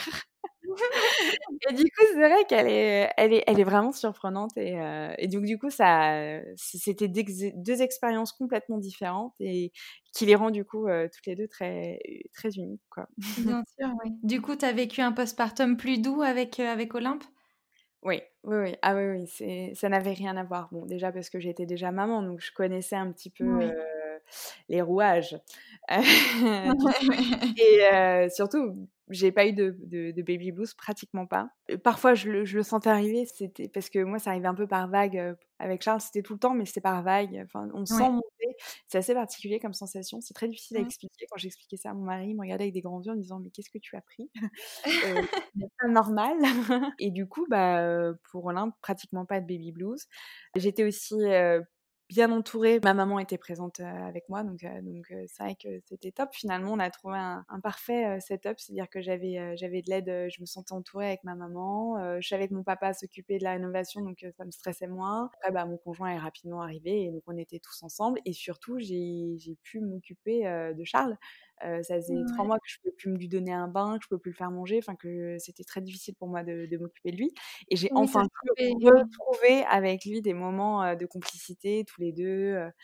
Et du coup, c'est vrai qu'elle est elle est elle est vraiment surprenante et heu et donc du coup, ça, c c'était d'ex deux expériences complètement différentes et qui les rend du coup, heu, toutes les deux très très uniques, quoi. Bien sûr, oui. Du coup, tu as vécu un postpartum plus doux avec, heu, avec Olympe? Oui, oui, oui. Ah oui, oui, c'est ça n'avait rien à voir. Bon, déjà parce que j'étais déjà maman, donc je connaissais un petit peu, heu, Oui. les rouages, heu, du truc et heu, surtout, j'ai pas eu de de de baby blues, pratiquement pas. Heu, parfois je le je le sentais arriver, c'était parce que moi, ça arrivait un peu par vagues, heu, avec Charles, c'était tout le temps, mais c'était par vagues, enfin, on sent Ouais. monter. C'est assez particulier comme sensation, c'est très difficile à Ouais. expliquer. Quand j'expliquais ça à mon mari, il me regardait avec des grands yeux en disant: «Mais qu'est-ce que tu as pris?» heu, «Ce n'est pas normal» et du coup, bah, heu, pour Olympe, pratiquement pas de baby blues. J'étais aussi, heu bien entourée. Ma maman était présente, heu, avec moi donc heu donc heu, c'est vrai que c'était top. Finalement, on a trouvé un un parfait, heu, setup. C'est-à-dire que j'avais, heu, j'avais de l'aide, heu, je me sentais entourée avec ma maman, heu, je savais que mon papa s'occupait de la rénovation donc heu, ça me stressait moins. Après, bah, mon conjoint est rapidement arrivé et donc on était tous ensemble et surtout j'ai j'ai pu m'occuper, heu, de Charles. Heu, ça faisait trois Ouais, mois que je pouvais plus lui donner un bain, que je pouvais plus le faire manger, enfin que c'était très difficile pour moi de de m'occuper de lui et j'ai oui, tu as enfin pu trouvé, oui. retrouver avec lui des moments, heu, de complicité tous les deux. Heu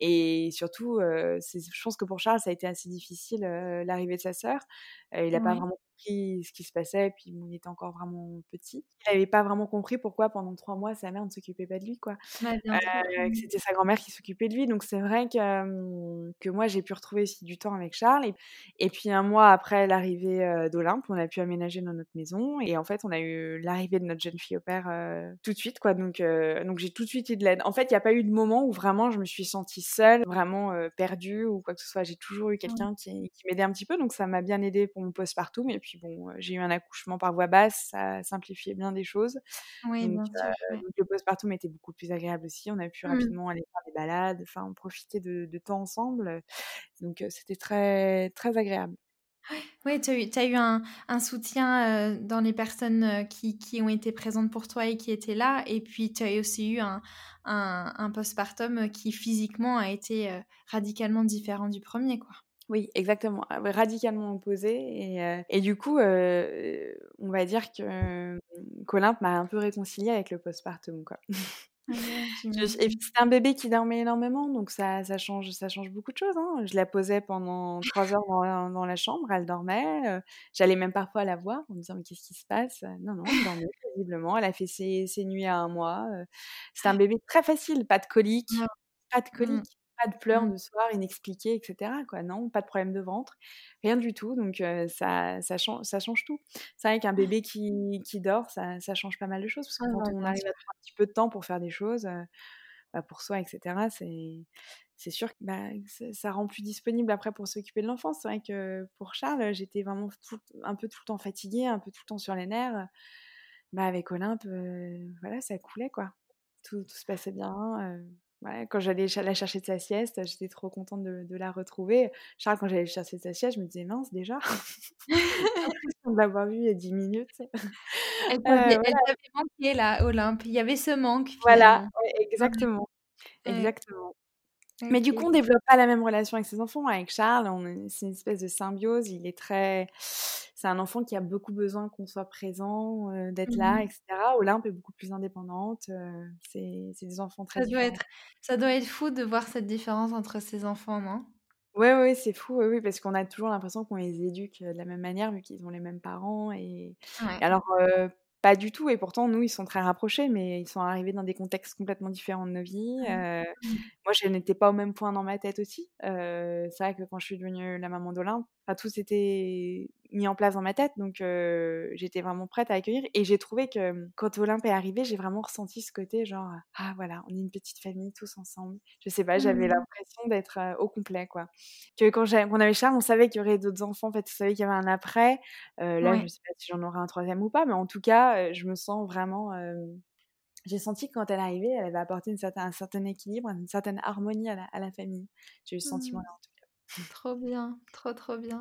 et surtout, heu, c'est je pense que pour Charles, ça a été assez difficile, heu, l'arrivée de sa sœur. Heu, il a pas Ouais, vraiment compris ce qui se passait, puis bon, il était encore vraiment petit. Il avait pas vraiment compris pourquoi pendant trois mois sa mère ne s'occupait pas de lui, quoi. bah, bien sûr. Heu, que Mmh. c'était sa grand-mère qui s'occupait de lui, donc c'est vrai que, hem, que moi j'ai pu retrouver aussi du temps avec Charles et et puis un mois après l'arrivée, heu, d'Olympe, on a pu aménager dans notre maison et en fait, on a eu l'arrivée de notre jeune fille au père, heu, tout de suite quoi, donc heu, donc j'ai tout de suite eu de l'aide. En fait, il y a pas eu de moment où vraiment je me suis sentie seule, vraiment, heu, perdue ou quoi que ce soit. J'ai toujours eu Ouais. quelqu'un qui qui m'aidait un petit peu, donc ça m'a bien aidée pour mon postpartum et puis bon, heu, j'ai eu un accouchement par voie basse, ça a simplifié bien des choses. Oui, Donc bien sûr, ouais. donc le postpartum était beaucoup plus agréable aussi. On a pu Mmh. rapidement aller faire des balades, enfin profiter de de temps ensemble, donc heu, c'était très, très agréable. Oui, tu as eu tu as eu un un soutien, heu, dans les personnes, heu, qui qui ont été présentes pour toi et qui étaient là et puis tu as aussi eu un un un postpartum, heu, qui physiquement a été, heu, radicalement différent du premier, quoi. Oui, exactement, ah ouais, radicalement opposé et heu et du coup, heu, on va dire que, mmh, qu'Olympe m'a un peu réconciliée avec le postpartum, quoi. Ouais, Je et puis j'imagine. c'était un bébé qui dormait énormément, donc ça ça change ça change beaucoup de choses, hein. Je la posais pendant trois heures dans la dans la chambre, elle dormait, heu, j'allais même parfois la voir en me disant: «Mais qu'est-ce qui se passe?» non, non, elle dormait paisiblement, elle a fait ses ses nuits à un mois, heu, c'était un bébé très facile, pas de Ouais. coliques, pas de Mmh. coliques, pas de pleurs Mmh. de soir inexpliqués et cetera, quoi. Non, pas de problème de ventre, rien du tout, donc heu, ça ça chan ça change tout. C'est vrai qu'un bébé qui qui dort, ça ça change pas mal de choses parce Ah que quand bah, on bien arrive sûr. à trouver un petit peu de temps pour faire des choses, heu bah, pour soi et cetera, c'est c'est sûr que, bah, ça ça rend plus disponible après pour s'occuper de l'enfant. C'est vrai que pour Charles, j'étais vraiment tout un peu tout le temps fatiguée, un peu tout le temps sur les nerfs. Bah, avec Olympe, heu, voilà, ça coulait, quoi. Tout tout se passait bien, heu, ouais, quand j'allais ch la chercher de sa sieste, j'étais trop contente de de la retrouver. Charles, quand j'allais le chercher de sa sieste, je me disais: «Mince, déjà?» l'impression de l'avoir vu il y a dix minutes, tu sais? Elle Heu, t'avait elle voilà, t'avait manqué là, Olympe. Il y avait ce manque voilà, finalement. ouais, Ouais, exactement, ouais. exactement. Mais du coup, OK. on développe pas la même relation avec ses enfants. Avec Charles, on est c'est une espèce de symbiose. Il est très c'est un enfant qui a beaucoup besoin qu'on soit présent, heu, d'être là Mmh. et cetera. Olympe est beaucoup plus indépendante, heu, c'est c'est des enfants très Ça doit différents. être ça doit être fou de voir cette différence entre ces enfants, non? Ouais, ouais, c'est fou, oui, oui, parce qu'on a toujours l'impression qu'on les éduque, heu, de la même manière vu qu'ils ont les mêmes parents et Ouais. et alors, heu, pas du tout et pourtant nous, ils sont très rapprochés, mais ils sont arrivés dans des contextes complètement différents de nos vies, Ouais. heu Mmh. moi, je n'étais pas au même point dans ma tête aussi. Heu, c'est vrai que quand je suis devenue la maman d'Olympe, enfin, tout s'était mis en place dans ma tête, donc heu, j'étais vraiment prête à accueillir et j'ai trouvé que, mmh, quand Olympe est arrivée, j'ai vraiment ressenti ce côté genre, «Ah voilà, on est une petite famille tous ensemble». Je sais pas, j'avais Mmh. l'impression d'être, heu, au complet, quoi. Que quand j'ai qu'on avait Charles, on savait qu'il y aurait d'autres enfants, en fait, on savait qu'il y avait un après. Heu, là, je Ouais. sais pas si j'en aurai un troisième ou pas, mais en tout cas, heu, je me sens vraiment, hem j'ai senti que quand elle est arrivée, elle avait apporté une certain un certain équilibre, une certaine harmonie à la à la famille. J'ai eu ce Mmh. sentiment-là, en tout cas. Trop bien, trop, trop bien.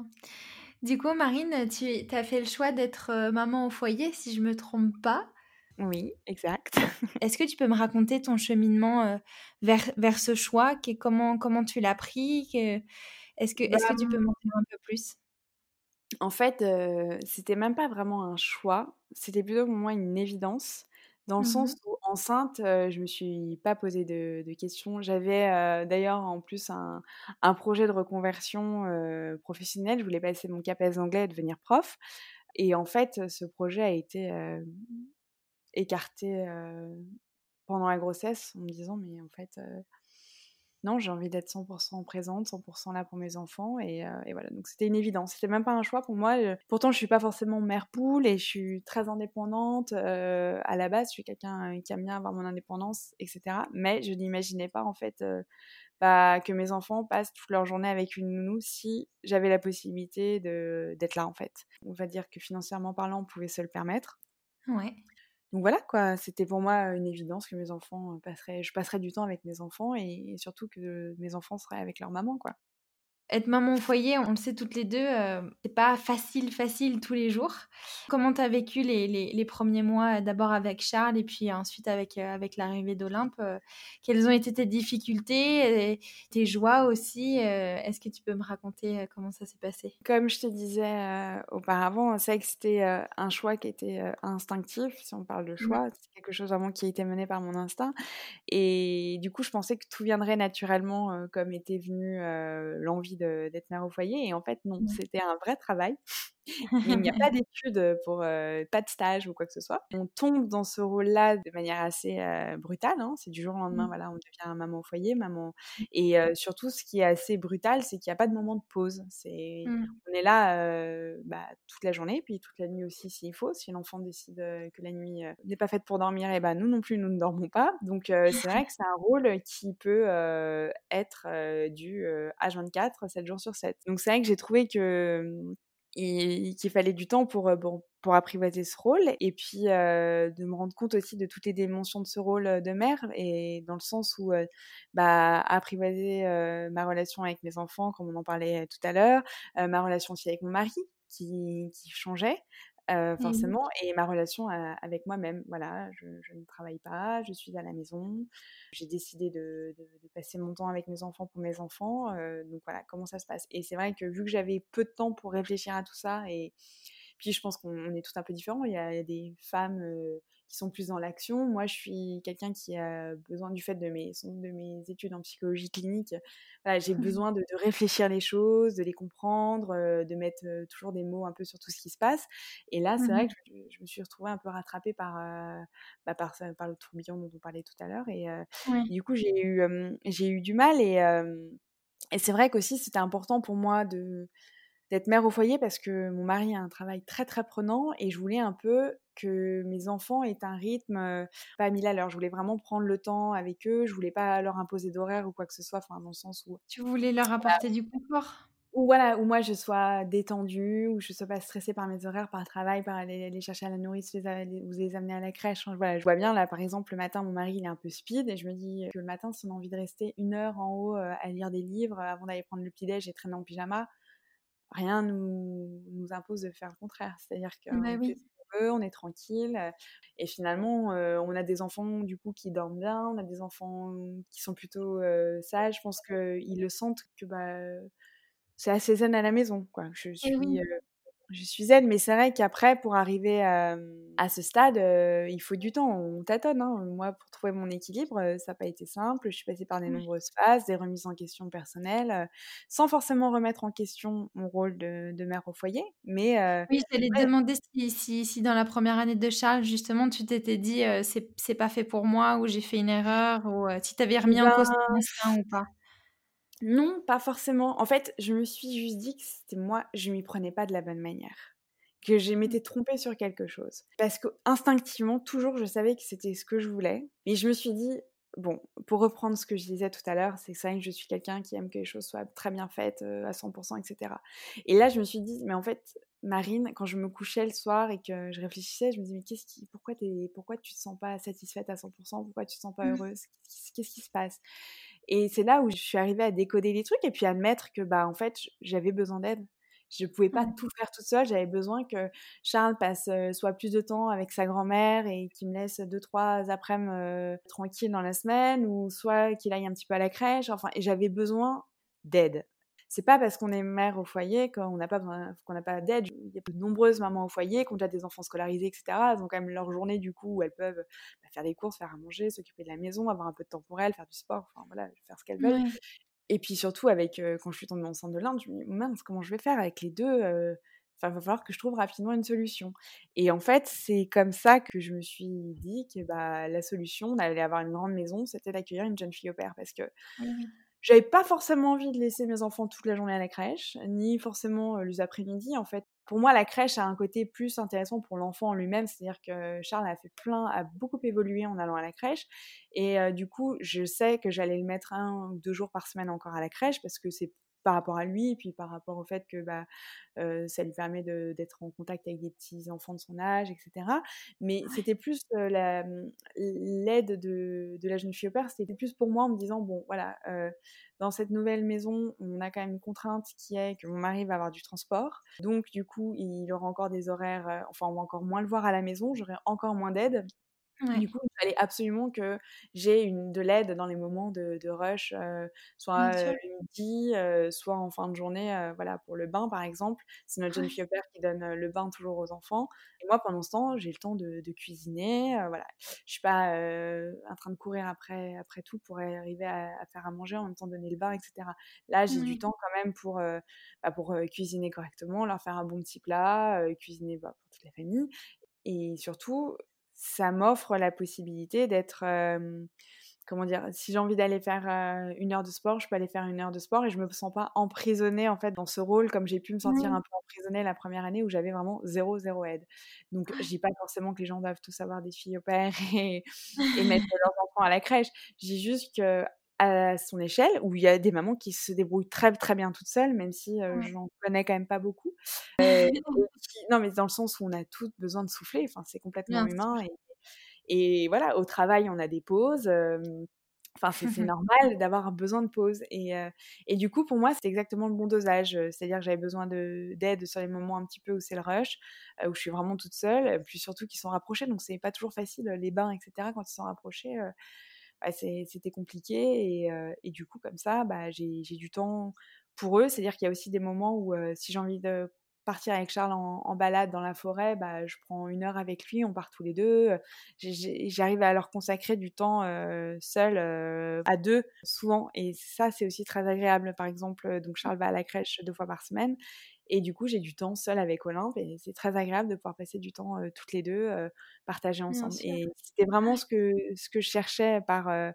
Du coup, Marine, tu as fait le choix d'être, heu, maman au foyer, si je me trompe pas. Oui, exact. Est-ce que tu peux me raconter ton cheminement, heu, vers vers ce choix? Qu'est comment comment tu l'as pris? Que est-ce que est-ce Bah, que tu peux m'en dire un peu plus? en fait, heu, c'était même pas vraiment un choix, c'était plutôt pour moi une évidence, dans le Mmh sens mh. où enceinte, heu, je me suis pas posé de de questions. J'avais, heu, d'ailleurs en plus un un projet de reconversion, heu, professionnelle. Je voulais passer mon CAPES anglais et devenir prof et en fait, ce projet a été, hem, écarté, heu, pendant la grossesse en me disant: «Mais en fait, heu, non, j'ai envie d'être cent pour cent présente, cent pour cent là pour mes enfants» et heu et voilà, donc c'était une évidence. C'était même pas un choix pour moi, heu, pourtant je suis pas forcément mère poule et je suis très indépendante, heu, à la base, je suis quelqu'un, heu, qui aime bien avoir mon indépendance et cetera, mais je n'imaginais pas en fait, heu, bah, que mes enfants passent toute leur journée avec une nounou si j'avais la possibilité de d'être là, en fait. On va dire que financièrement parlant, on pouvait se le permettre. Ouais. donc voilà quoi, c'était pour moi une évidence que mes enfants passeraient je passerais du temps avec mes enfants et et surtout que mes enfants seraient avec leur maman, quoi. Être maman au foyer, on le sait toutes les deux, heu, c'est pas facile, facile tous les jours. Comment tu as vécu les les les premiers mois, d'abord avec Charles et puis ensuite avec, heu, avec l'arrivée d'Olympe, heu? Quelles ont été tes difficultés et tes joies aussi? Heu, est-ce que tu peux me raconter, heu, comment ça s'est passé? Comme je te disais, heu, auparavant, c'est vrai que c'était, heu, un choix qui était, heu, instinctif, si on parle de Mmh. choix. C'est quelque chose vraiment qui a été mené par mon instinct et du coup, je pensais que tout viendrait naturellement, heu, comme était venue, heu, l'envie de d'être mère au foyer et en fait non, Ouais. c'était un vrai travail. Il n'y a pas d'études, pour, heu, pas de stage ou quoi que ce soit. On tombe dans ce rôle-là de manière assez, heu, brutale, hein. C'est du jour au lendemain, Mmh. voilà, on devient maman au foyer, maman Mmh. et heu, surtout ce qui est assez brutal, c'est qu'il y a pas de moment de pause. C'est Mmh. on est là, heu, bah, toute la journée, puis toute la nuit aussi s'il faut. Si l'enfant décide, heu, que la nuit, heu, n'est pas faite pour dormir et bah, nous non plus, nous ne dormons pas. Donc heu, c'est vrai que c'est un rôle qui peut, heu, être, heu, du, heu, H vingt-quatre, sept jours sur sept. Donc c'est vrai que j'ai trouvé que, mmh, i qu'il fallait du temps pour, heu, bon, pour apprivoiser ce rôle et puis, heu, de me rendre compte aussi de toutes les dimensions de ce rôle, heu, de mère et dans le sens où, heu, bah, apprivoiser, heu, ma relation avec mes enfants comme on en parlait, heu, tout à l'heure, heu, ma relation aussi avec mon mari qui qui changeait, heu, Et oui. forcément et ma relation, heu, avec moi-même. Voilà, je je ne travaille pas, je suis à la maison. J'ai décidé de de de passer mon temps avec mes enfants pour mes enfants, heu, donc voilà, comment ça se passe? Et c'est vrai que vu que j'avais peu de temps pour réfléchir à tout ça et puis je pense qu'on on est tous un peu différents. Il y a des femmes, heu, qui sont plus dans l'action. Moi, je suis quelqu'un qui a besoin du fait de mes de mes études en psychologie clinique, voilà, j'ai besoin de de réfléchir les choses, de les comprendre, heu, de mettre, heu, toujours des mots un peu sur tout ce qui se passe et là, c'est Mmh vrai mh. que je je me suis retrouvée un peu rattrapée par, heu, bah, par ce par le tourbillon dont on parlait tout à l'heure et heu, Ouais. du coup, j'ai eu, hem, j'ai eu du mal et hem et c'est vrai qu'aussi c'était important pour moi de d'être mère au foyer parce que mon mari a un travail très, très prenant et je voulais un peu que mes enfants aient un rythme, heu, pas à mille à l'heure. Je voulais vraiment prendre le temps avec eux, je voulais pas leur imposer d'horaire ou quoi que ce soit, enfin dans le sens où Tu voulais leur apporter du confort? où voilà, où moi je sois détendue, où je sois pas stressée par mes horaires, par le travail, par aller les chercher à la nourrice, les a les ou les amener à la crèche. Enfin voilà, je vois bien là, par exemple, le matin, mon mari, il est un peu speed et je me dis que le matin, si on a envie de rester une heure en haut, heu, à lire des livres, heu, avant d'aller prendre le petit déj et traîner en pyjama, rien nous nous impose de faire le contraire. C'est-à-dire Bah qu'on fait oui. ce qu'on veut, on est tranquille, heu et finalement, heu, on a des enfants du coup qui dorment bien, on a des enfants qui sont plutôt, heu, sages. Je pense qu'ils le sentent que, bah, c'est assez zen à la maison, quoi. Je Et suis, oui. heu, je suis zen, mais c'est vrai qu'après pour arriver, hem, à ce stade, heu, il faut du temps. On tâtonne, hein. Moi, pour trouver mon équilibre, heu, ça a pas été simple. Je suis passée par des Ouais. nombreuses phases, des remises en question personnelles, heu, sans forcément remettre en question mon rôle de de mère au foyer, mais heu, Oui, j'allais te ouais, demander si si si dans la première année de Charles, justement, tu t'étais dit, heu: «C'est c'est pas fait pour moi» ou «J'ai fait une erreur» ou heu, si tu avais et remis en cause ton ben instinct ou pas? non, pas forcément. En fait, je me suis juste dit que c'était moi, je m'y prenais pas de la bonne manière, que je Mmh. m'étais trompée sur quelque chose. Parce qu'instinctivement, toujours, je savais que c'était ce que je voulais. Et je me suis dit, bon, pour reprendre ce que je disais tout à l'heure, c'est que ça, je suis quelqu'un qui aime que les choses soient très bien faites, euh, à cent pour cent, et cetera. Et là, je me suis dit, mais en fait, Marine, quand je me couchais le soir et que je réfléchissais, je me disais, mais qu'est-ce qui, pourquoi t'es, pourquoi tu te sens pas satisfaite à cent pour cent? Pourquoi tu te sens pas Mmh. heureuse? Qu'est-ce qui, qu'est-ce qui se passe? Et c'est là où je suis arrivée à décoder les trucs et puis à admettre que, bah, en fait, j j'avais besoin d'aide. Je pouvais pas Ouais. tout faire toute seule, j'avais besoin que Charles passe, heu, soit plus de temps avec sa grand-mère et qu'il me laisse deux trois après-midi, heu, tranquille dans la semaine ou soit qu'il aille un petit peu à la crèche, enfin et j'avais besoin d'aide. C'est pas parce qu'on est mère au foyer qu'on n'a pas besoin qu'on n'a pas d'aide. Il y a de nombreuses mamans au foyer qui ont déjà des enfants scolarisés et cetera. Elles ont quand même leur journée du coup où elles peuvent, bah, faire les courses, faire à manger, s'occuper de la maison, avoir un peu de temps pour elles, faire du sport, enfin voilà, faire ce qu'elles veulent. Ouais. Et puis surtout avec, heu, quand je suis tombée enceinte de l'Inde, je me dis: «Mince, comment je vais faire avec les deux heu, enfin, va falloir que je trouve rapidement une solution». Et en fait, c'est comme ça que je me suis dit que, bah, la solution d'aller avoir une grande maison, c'était d'accueillir une jeune fille au père. Parce que Et oui. j'avais pas forcément envie de laisser mes enfants toute la journée à la crèche, ni forcément, heu, les après-midi, en fait. Pour moi, la crèche a un côté plus intéressant pour l'enfant en lui-même, c'est-à-dire que Charles a fait plein a beaucoup évolué en allant à la crèche et heu, du coup, je sais que j'allais le mettre un ou deux jours par semaine encore à la crèche parce que c'est par rapport à lui, puis par rapport au fait que bah, euh, ça lui permet de, d'être en contact avec des petits enfants de son âge, et cetera. Mais c'était plus euh, la, l'aide de, de la jeune fille au père, c'était plus pour moi en me disant, bon, voilà, euh, dans cette nouvelle maison, on a quand même une contrainte qui est que mon mari va avoir du transport. Donc, du coup, il aura encore des horaires, euh, enfin, on va encore moins le voir à la maison, j'aurai encore moins d'aide. Ouais, Du coup, il fallait absolument que j'ai une de l'aide dans les moments de de rush, heu, bien soit, heu, sûr. le midi, heu, soit en fin de journée, heu, voilà, pour le bain, par exemple. C'est notre jeune Ouais. fille au père qui donne, heu, le bain toujours aux enfants et moi, pendant ce temps, j'ai le temps de de cuisiner, heu, voilà. Je suis pas, heu, en train de courir après après tout pour arriver à à faire à manger, en même temps donner le bain et cetera. Là, j'ai du Ouais. temps quand même pour, heu, bah, pour, heu, cuisiner correctement, leur faire un bon petit plat, heu, cuisiner, bah, pour toute la famille et surtout, ça m'offre la possibilité d'être, hem, comment dire? Si j'ai envie d'aller faire, heu, une heure de sport, je peux aller faire une heure de sport et je me sens pas emprisonnée, en fait, dans ce rôle comme j'ai pu me sentir Ouais. un peu emprisonnée la première année où j'avais vraiment zéro zéro aide. Donc je dis pas forcément que les gens doivent tous avoir des filles au père et et mettre leurs enfants à la crèche. Je dis juste qu'à son échelle, où il y a des mamans qui se débrouillent très, très bien toutes seules, même si, heu, Ouais. j'en connais quand même pas beaucoup. Heu et qui non, mais dans le sens où on a toutes besoin de souffler, enfin, c'est complètement Bien sûr. humain et et voilà, au travail, on a des pauses, hem, enfin, c'est c'est normal d'avoir besoin de pause et heu et du coup, pour moi, c'était exactement le bon dosage, heu, c'est-à-dire que j'avais besoin de d'aide sur les moments un petit peu où c'est le rush, heu, où je suis vraiment toute seule, puis surtout qu'ils sont rapprochés, donc c'est pas toujours facile, les bains et cetera, quand ils sont rapprochés, heu, bah, c'est c'était compliqué et heu et du coup, comme ça, bah, j'ai j'ai du temps pour eux. C'est-à-dire qu'il y a aussi des moments où, heu, si j'ai envie de partir avec Charles en en balade dans la forêt, bah, je prends une heure avec lui, on part tous les deux. Heu, j'ai j'ai j'arrive à leur consacrer du temps, heu, seuls, heu, à deux souvent et ça, c'est aussi très agréable. Par exemple, heu, donc Charles va à la crèche deux fois par semaine et du coup, j'ai du temps seule avec Olympe et c'est très agréable de pouvoir passer du temps, heu, toutes les deux, heu, partager Bien ensemble sûr. et c'était vraiment ce que ce que je cherchais par, heu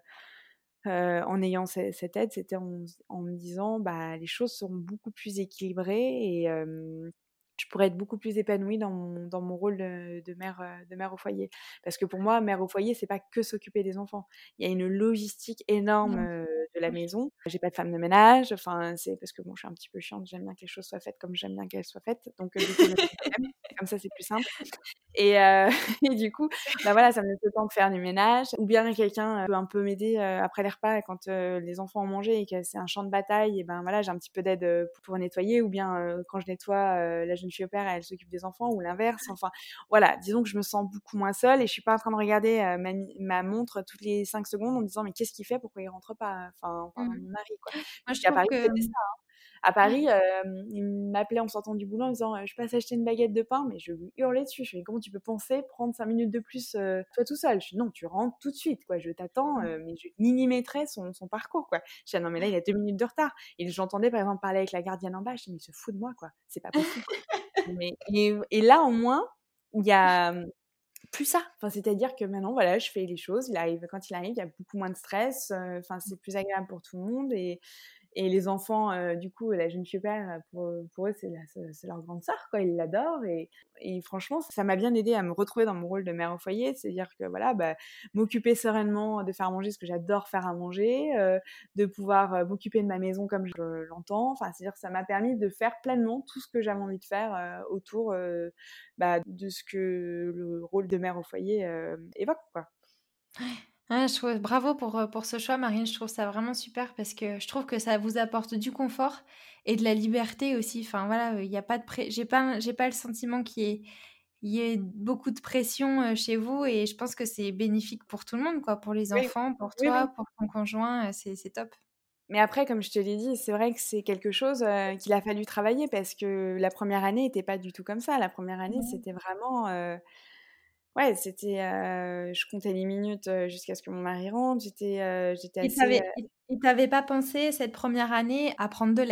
heu, en ayant ce cette aide, c'était en en me disant: «Bah, les choses seront beaucoup plus équilibrées et hem, je pourrais être beaucoup plus épanouie dans mon dans mon rôle de de mère, heu, de mère au foyer». Parce que pour moi, mère au foyer, c'est pas que s'occuper des enfants. Il y a une logistique énorme, Bien heu, de la sûr. maison. J'ai pas de femme de ménage, enfin, c'est parce que bon, je suis un petit peu chiante, j'aime bien que les choses soient faites comme j'aime bien qu'elles soient faites, donc heu, du coup, je le fais moi-même. Comme ça, c'est plus simple. Et, heu, et du coup, bah, voilà, ça me laisse le temps de faire du ménage ou bien quelqu'un, heu, peut un peu m'aider, heu, après les repas quand, heu, les enfants ont mangé et que c'est un champ de bataille et ben, voilà, j'ai un petit peu d'aide, heu, pour nettoyer ou bien, heu, quand je nettoie, heu, la jeune fille au père, elle s'occupe des enfants ou l'inverse. Enfin, voilà, disons que je me sens beaucoup moins seule et je suis pas en train de regarder, heu, ma mi ma montre toutes les cinq secondes en me disant: «Mais qu'est-ce qu'il fait? Pourquoi il rentre pas?» Enfin, Mmh. pardon, mon mari, quoi. Moi, je Puisqu'à trouve Paris, que c'était ça. À Paris, hem, il m'appelait en sortant du boulot en me disant, heu: «Je passe acheter une baguette de pain», mais je lui hurlais dessus. Je fais: «Comment tu peux penser prendre cinq minutes de plus, heu, toi tout seul?» Je fais: «Non, tu rentres tout de suite, quoi, je t'attends», mmh, heu, mais je millimétrais son son parcours, quoi. Je dis: «Ah non, mais là, il a deux minutes de retard» et j'entendais, par exemple, parler avec la gardienne en bas, je dis: «Mais il se fout de moi, quoi, c'est pas possible, quoi». Mais et et là, au moins, il y a, mmh, plus ça. Enfin, c'est-à-dire que maintenant, voilà, je fais les choses, il arrive quand il arrive, il y a beaucoup moins de stress, heu, enfin, c'est plus agréable pour tout le monde et et les enfants, heu, du coup, la jeune fille au père, pour, pour eux, c'est la c'est c'est leur grande sœur, quoi. Ils l'adorent et et franchement, ça m'a bien aidée à me retrouver dans mon rôle de mère au foyer. C'est-à-dire que, voilà, bah, m'occuper sereinement de faire à manger, parce que j'adore faire à manger, heu, de pouvoir, heu, m'occuper de ma maison comme je l'entends. Enfin, c'est-à-dire que ça m'a permis de faire pleinement tout ce que j'avais envie de faire, heu, autour, heu, bah, de ce que le rôle de mère au foyer, heu, évoque, quoi. Ouais, je trouve bravo pour, heu, pour ce choix, Marine. Je trouve ça vraiment super parce que je trouve que ça vous apporte du confort et de la liberté aussi. Enfin voilà, il y a pas de pré j'ai pas j'ai pas le sentiment qu'il y ait il y ait beaucoup de pression, heu, chez vous et je pense que c'est bénéfique pour tout le monde, quoi, pour les Oui, enfants, pour oui, toi, oui. pour ton conjoint, heu, c'est c'est top. Mais après, comme je te l'ai dit, c'est vrai que c'est quelque chose, heu, qu'il a fallu travailler parce que la première année était pas du tout comme ça. La première année, Mmh. c'était vraiment, heu, ouais, c'était, heu, je comptais les minutes, heu, jusqu'à ce que mon mari rentre. J'étais, heu, j'étais Et tu assez, heu avais et et tu avais pas pensé cette première année à prendre de l'aide?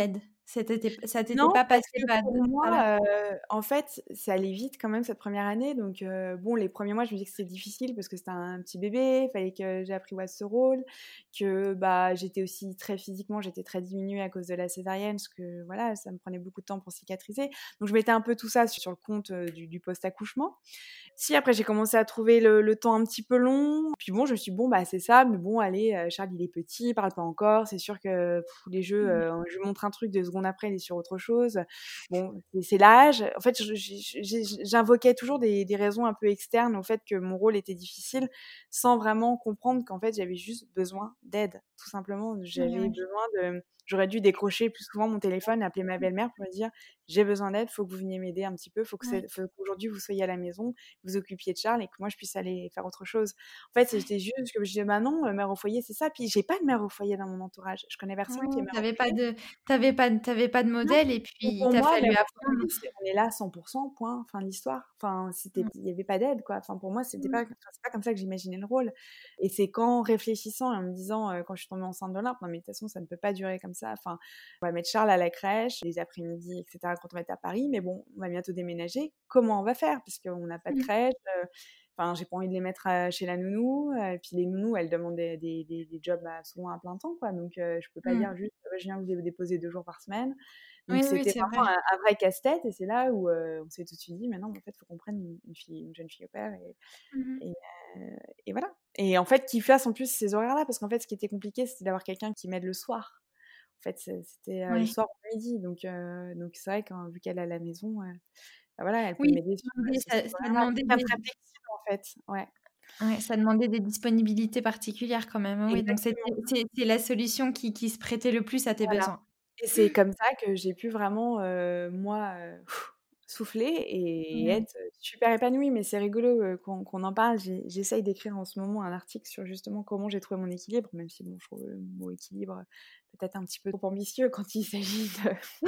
Ça t'était ça t'était Non, pas parce passé que par pour par là? moi, heu, en fait, ça allait vite quand même cette première année donc heu, bon, les premiers mois, je me dis que c'était difficile parce que c'était un petit bébé, fallait que j'apprivoise ce rôle, que, bah, j'étais aussi très physiquement, j'étais très diminuée à cause de la césarienne parce que, voilà, ça me prenait beaucoup de temps pour cicatriser. Donc je mettais un peu tout ça sur le compte, heu, du du post-accouchement. Si, après j'ai commencé à trouver le le temps un petit peu long, puis bon, je me suis dit: «Bon, bah, c'est ça, mais bon, allez, heu, Charles, il est petit, il parle pas encore, c'est sûr que pff, les jeux, Mmh. heu, je lui montre un truc, deux secondes après, il est sur autre chose. Bon, c'est c'est l'âge». En fait, je j'ai j'ai j'invoquais toujours des des raisons un peu externes au fait que mon rôle était difficile, sans vraiment comprendre qu'en fait, j'avais juste besoin d'aide, tout simplement. Oui, J'avais oui. besoin de j'aurais dû décrocher plus souvent mon téléphone, appeler ma belle-mère pour lui dire: «J'ai besoin d'aide, faut que vous veniez m'aider un petit peu, faut que Ouais. c'est faut qu'aujourd'hui vous soyez à la maison, vous occupiez de Charles et que moi je puisse aller faire autre chose». En fait, Ouais. c'était juste que je disais: «Bah non, heu, mère au foyer, c'est ça». Puis j'ai pas de mère au foyer dans mon entourage. Je connais Ouais, personne qui est mère tu au avais pas foyer. de tu avais pas tu avais pas de Non. modèle et puis Donc il pour t'a moi, fallu mère au apprendre. foyer, c'est on est là cent pour cent, point, fin de l'histoire. Enfin, c'était Mmh. il y avait pas d'aide, quoi. Enfin, pour moi, c'était Mmh. pas enfin, c'est pas comme ça que j'imaginais le rôle et c'est qu'en réfléchissant et en me disant, heu, quand je suis tombée enceinte de Olympe: «Non mais de toute façon, ça ne peut pas durer comme ça. Enfin, on va mettre Charles à la crèche, les après-midi et cetera quand on va être à Paris, mais bon, on va bientôt déménager. Comment on va faire? Parce qu'on n'a pas de Mmh. crèche, heu, enfin, j'ai pas envie de les mettre, heu, chez la nounou, heu, et puis les nounous, elles demandent des des des des jobs, bah, souvent à plein temps, quoi, donc heu, je peux pas Mmh. dire juste: «Ouais, je viens vous dé déposer deux jours par semaine». Oui, Donc oui, c'était c'est vrai. vraiment un un vrai casse-tête et c'est là où, heu, on s'est tout de suite dit: «Mais non, mais en fait, il faut qu'on prenne une une fille une jeune fille au père» et Mmh mh. et heu et voilà et en fait, qu'il fasse en plus ces horaires-là parce qu'en fait, ce qui était compliqué, c'était d'avoir quelqu'un qui m'aide le soir. En fait, c'est c'était, heu, le Ouais. soir ou le midi donc heu, donc c'est vrai quand vu qu'elle est à la maison, heu, bah, voilà, elle peut Oui, m'aider ça sur, heu, demandait sur ça ces ça horaires-là. demandait Quelqu'un de des très flexible, en fait. Ouais, ouais, ça demandait des disponibilités particulières quand même. Oui, donc c'était exactement. c'est c'est la solution qui qui se prêtait le plus à tes Voilà besoins. et c'est comme ça que j'ai pu vraiment, heu, moi, heu, souffler et Ouais. être super épanouie. Mais c'est rigolo, heu, qu'on qu'on en parle. J'ai j'essaye d'écrire en ce moment un article sur justement comment j'ai trouvé mon équilibre, même si bon, je trouve le mot équilibre peut-être un petit peu trop ambitieux quand il s'agit de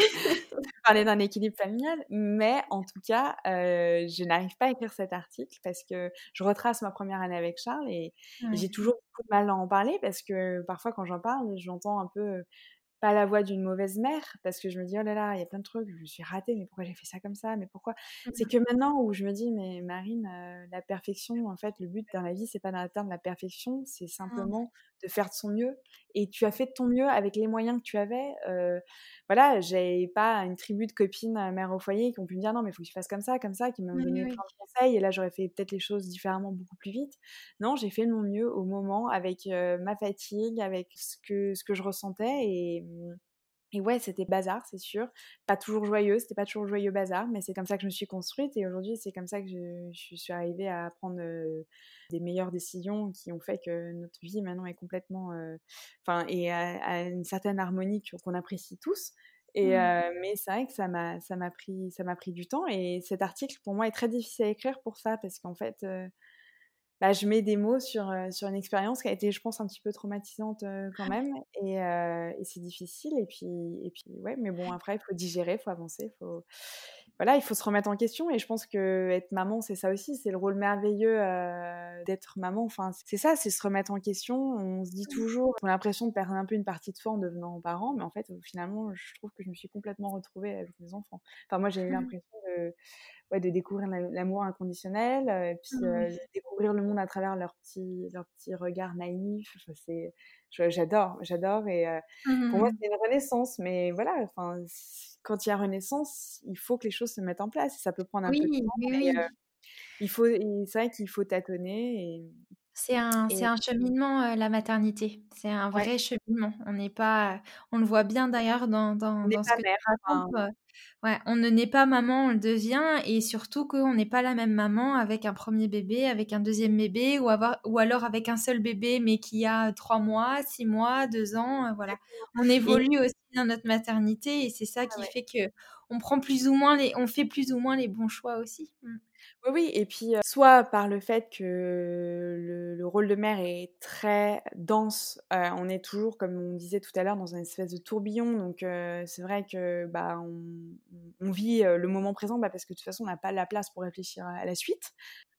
parler d'un équilibre familial. Mais en tout cas, heu, je n'arrive pas à écrire cet article parce que je retrace ma première année avec Charles et et Ouais. j'ai toujours beaucoup de mal à en parler parce que parfois quand j'en parle, j'entends un peu, pas la voix d'une mauvaise mère, parce que je me dis: «Oh là là, il y a plein de trucs, je me suis ratée, mais pourquoi j'ai fait ça comme ça? Mais pourquoi?» C'est Mmh. que maintenant où je me dis: «Mais Marine, heu, la perfection, en fait, le but dans la vie, c'est pas d'atteindre la perfection, c'est Mmh. simplement de faire de son mieux et tu as fait de ton mieux avec les moyens que tu avais». Heu, voilà, j'ai pas une tribu de copines, heu, mères au foyer qui ont pu me dire: «Non, mais il faut que tu fasses comme ça, comme ça», qui m'ont Oui, donné oui. plein de conseils et là, j'aurais fait peut-être les choses différemment beaucoup plus vite. Non, j'ai fait de mon mieux au moment avec, heu, ma fatigue, avec ce que ce que je ressentais et mmh et ouais, c'était bazar, c'est sûr. Pas toujours joyeux, c'était pas toujours joyeux bazar, mais c'est comme ça que je me suis construite et aujourd'hui, c'est comme ça que je je suis arrivée à prendre, heu, des meilleures décisions qui ont fait que notre vie maintenant est complètement, heu, enfin est à à une certaine harmonie que qu'on apprécie tous et Mmh. heu, mais c'est vrai que ça m'a ça m'a pris ça m'a pris du temps et cet article pour moi est très difficile à écrire pour ça parce qu'en fait, heu bah, je mets des mots sur, heu, sur une expérience qui a été, je pense, un petit peu traumatisante, heu, quand même et heu et c'est difficile et puis et puis ouais, mais bon, après, il faut digérer, il faut avancer, il faut voilà, il faut se remettre en question et je pense qu'être maman, c'est ça aussi, c'est le rôle merveilleux, heu, d'être maman. Enfin, c'est ça, c'est se remettre en question. On se dit Mmh. toujours on a l'impression de perdre un peu une partie de soi en devenant parent, mais en fait, heu, finalement, je trouve que je me suis complètement retrouvée avec mes enfants. Enfin, moi, j'ai eu Mmh. l'impression de ouais, de découvrir l'a l'amour inconditionnel, heu, et puis, heu, de Oui. découvrir le monde à travers leurs petits leurs petits regards naïfs. Enfin, c'est je j'adore, j'adore et heu, pour moi, Mmh. c'est une renaissance, mais voilà, enfin, s quand il y a renaissance, il faut que les choses se mettent en place. Ça peut prendre un peu de Oui, temps, oui, mais heu, oui. il faut et c'est vrai qu'il faut tâtonner et C'est un c'est et un cheminement, heu, la maternité. C'est un ouais, vrai cheminement. On n'est pas, on le voit bien d'ailleurs dans on dans n'est dans ce pas que tu mère, racontes, enfin, heu, ouais, on ne naît pas maman, on le devient et surtout qu'on n'est pas la même maman avec un premier bébé, avec un deuxième bébé ou avoir ou alors avec un seul bébé mais qui a trois mois, six mois, deux ans, heu, voilà. exactement On et évolue aussi dans notre maternité et c'est ça ouais, qui ouais. fait qu'on prend plus ou moins les on fait plus ou moins les bons choix aussi. Mmh. Oui, oui et puis, heu, soit par le fait que le le rôle de mère est très dense, heu, on est toujours, comme on disait tout à l'heure, dans une espèce de tourbillon donc heu, c'est vrai que, bah, on on on vit, heu, le moment présent, bah, parce que de toute façon, on n'a pas la place pour réfléchir à à la suite.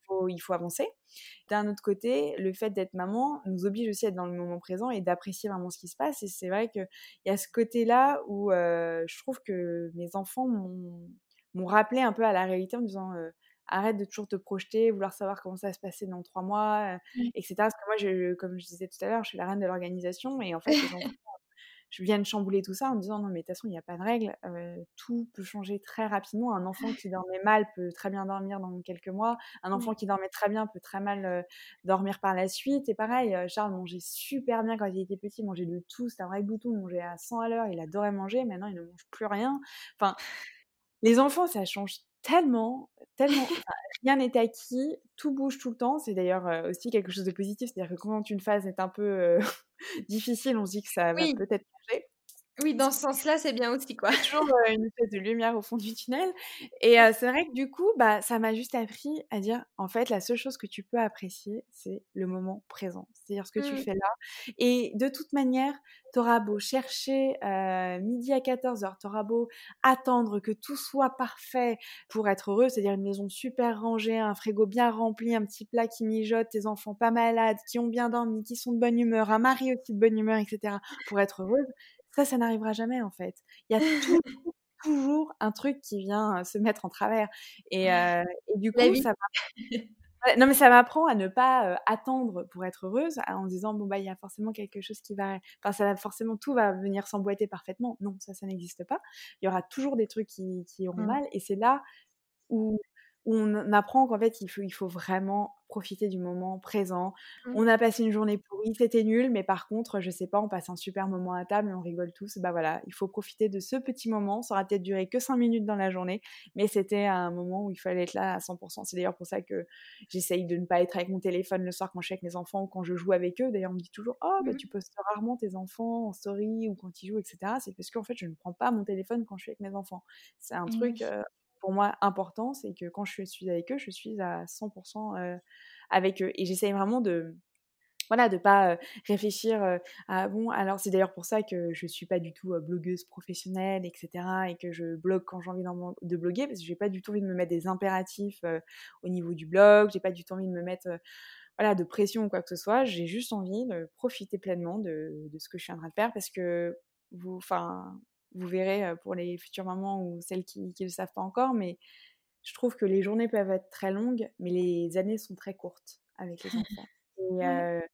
faut, il faut avancer. D'un autre côté, le fait d'être maman nous oblige aussi à être dans le moment présent et d'apprécier vraiment ce qui se passe. Et c'est vrai qu'il y a ce côté-là où euh, je trouve que mes enfants m'ont, m'ont rappelé un peu à la réalité en disant euh, arrête de toujours te projeter, vouloir savoir comment ça va se passer dans trois mois, euh, Mmh. et cetera. Parce que moi, je, comme je disais tout à l'heure, je suis la reine de l'organisation et en fait, les enfants, je viens de chambouler tout ça en me disant non mais de toute façon il n'y a pas de règle, euh, tout peut changer très rapidement. Un enfant qui dormait mal peut très bien dormir dans quelques mois, un enfant Ouais. qui dormait très bien peut très mal euh, dormir par la suite. Et pareil, euh, Charles mangeait super bien quand il était petit, il mangeait de tout, c'était un vrai glouton, il mangeait à cent à l'heure, il adorait manger, maintenant il ne mange plus rien. Enfin, les enfants ça change tellement, tellement, enfin, rien n'est acquis, tout bouge tout le temps. C'est d'ailleurs euh, aussi quelque chose de positif, c'est-à-dire que quand une phase est un peu euh, difficile, on se dit que ça va Oui, peut-être changer. oui, dans ce sens-là, c'est bien aussi, quoi. Il y a toujours euh, une espèce de lumière au fond du tunnel. Et euh, c'est vrai que du coup, bah, ça m'a juste appris à dire, en fait, la seule chose que tu peux apprécier, c'est le moment présent. C'est-à-dire ce que tu Mmh. fais là. Et de toute manière, t'auras beau chercher euh, midi à quatorze heures, t'auras beau attendre que tout soit parfait pour être heureux, c'est-à-dire une maison super rangée, un frigo bien rempli, un petit plat qui mijote, tes enfants pas malades, qui ont bien dormi, qui sont de bonne humeur, un mari aussi de bonne humeur, et cetera, pour être heureuse. Ça, ça n'arrivera jamais, en fait. Il y a toujours, toujours un truc qui vient euh, se mettre en travers. Et, euh, et du La coup, vie. ça ouais, non, mais ça m'apprend à ne pas euh, attendre pour être heureuse, à- en se disant, bon, bah, il y a forcément quelque chose qui va. Enfin, ça va forcément, tout va venir s'emboîter parfaitement. Non, ça, ça n'existe pas. Il y aura toujours des trucs qui, qui iront Mmh. mal. Et c'est là où, où on apprend qu'en fait, il faut, il faut vraiment profiter du moment présent. Mmh. On a passé une journée pourrie, c'était nul, mais par contre, je sais pas, on passe un super moment à table et on rigole tous. Bah voilà, il faut profiter de ce petit moment. Ça aura peut-être duré que cinq minutes dans la journée, mais c'était un moment où il fallait être là à cent pour cent. C'est d'ailleurs pour ça que j'essaye de ne pas être avec mon téléphone le soir quand je suis avec mes enfants ou quand je joue avec eux. D'ailleurs, on me dit toujours, oh, bah, Mmh. tu postes rarement tes enfants en story ou quand ils jouent, et cetera. C'est parce qu'en fait, je ne prends pas mon téléphone quand je suis avec mes enfants. C'est un Et truc, oui. euh, pour moi important, c'est que quand je suis avec eux, je suis à cent pour cent euh, avec eux. Et j'essaye vraiment de, voilà, de pas euh, réfléchir euh, à bon. Alors c'est d'ailleurs pour ça que je suis pas du tout euh, blogueuse professionnelle, et cetera. Et que je blogue quand j'ai envie de bloguer, parce que j'ai pas du tout envie de me mettre des impératifs euh, au niveau du blog. J'ai pas du tout envie de me mettre euh, voilà, de pression ou quoi que ce soit. J'ai juste envie de profiter pleinement de, de ce que je suis en train de faire, parce que vous, enfin, vous verrez euh, pour les futures mamans ou celles qui ne le savent pas encore, mais je trouve que les journées peuvent être très longues, mais les années sont très courtes avec les enfants. Et Ouais. euh,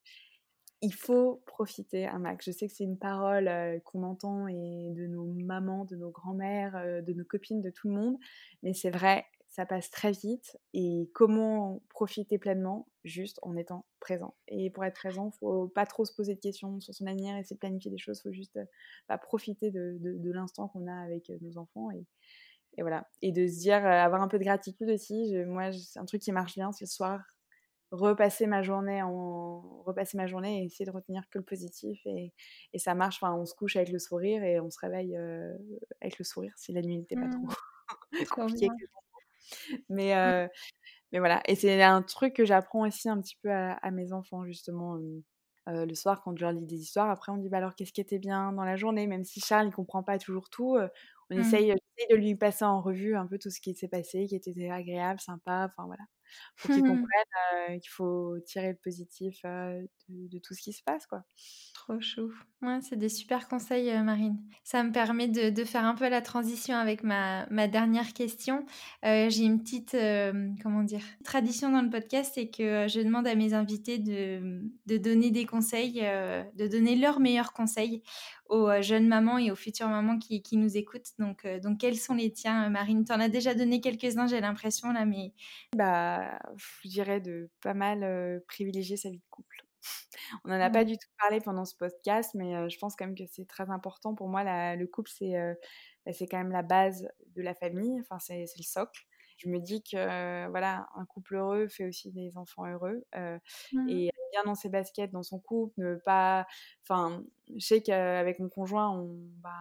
il faut profiter un max. Je sais que c'est une parole euh, qu'on entend et de nos mamans, de nos grands-mères, euh, de nos copines, de tout le monde, mais c'est vrai, ça passe très vite. Et comment profiter pleinement? Juste en étant présent. Et pour être présent, il ne faut pas trop se poser de questions sur son avenir, essayer de planifier des choses. Il faut juste euh, bah, profiter de, de, de l'instant qu'on a avec euh, nos enfants. Et, et voilà. Et de se dire, euh, avoir un peu de gratitude aussi. Je, moi, je- c'est un truc qui marche bien, c'est le soir, repasser ma journée en repasser ma journée et essayer de retenir que le positif, et, et ça marche. Enfin, on se couche avec le sourire et on se réveille euh, avec le sourire si la nuit n'était pas trop Mmh. Trop compliquée bien. avec les- mais Mmh. euh, mais voilà. Et c'est un truc que j'apprends aussi un petit peu à, à mes enfants, justement. euh, euh, le soir, quand je leur lis des histoires, après on dit bah alors qu'est-ce qui était bien dans la journée, même si Charles il comprend pas toujours tout, euh, on Mmh. essaye, j'essaye de lui passer en revue un peu tout ce qui s'est passé, qui était agréable, sympa, enfin voilà, pour qu'il comprenne euh, qu'il faut tirer le positif euh, de, de tout ce qui se passe, quoi. Trop chou. Ouais, c'est des super conseils, heu, Marine. Ça me permet de de faire un peu la transition avec ma ma dernière question. Heu, j'ai une petite, hem, comment dire? Tradition dans le podcast, c'est que, heu, je demande à mes invités de, mmh, de donner des conseils, heu, de donner leurs meilleurs conseils aux, heu, jeunes mamans et aux futures mamans qui qui nous écoutent. Donc, heu, donc quels sont les tiens, heu, Marine? Tu en as déjà donné quelques-uns, j'ai l'impression là, mais Bah, je dirais de pas mal euh, privilégier sa vie de couple. On n'en a pas ouais. du tout parlé pendant ce podcast, mais euh, je pense quand même que c'est très important. Pour moi, la- le couple, c'est euh, bah, c'est quand même la base de la famille, enfin, c'est c'est le socle. Je me dis que euh, voilà, un couple heureux fait aussi des enfants heureux. euh, Mmh. et être bien dans ses baskets, dans son couple, ne pas. Enfin, je sais qu'avec mon conjoint, on, bah,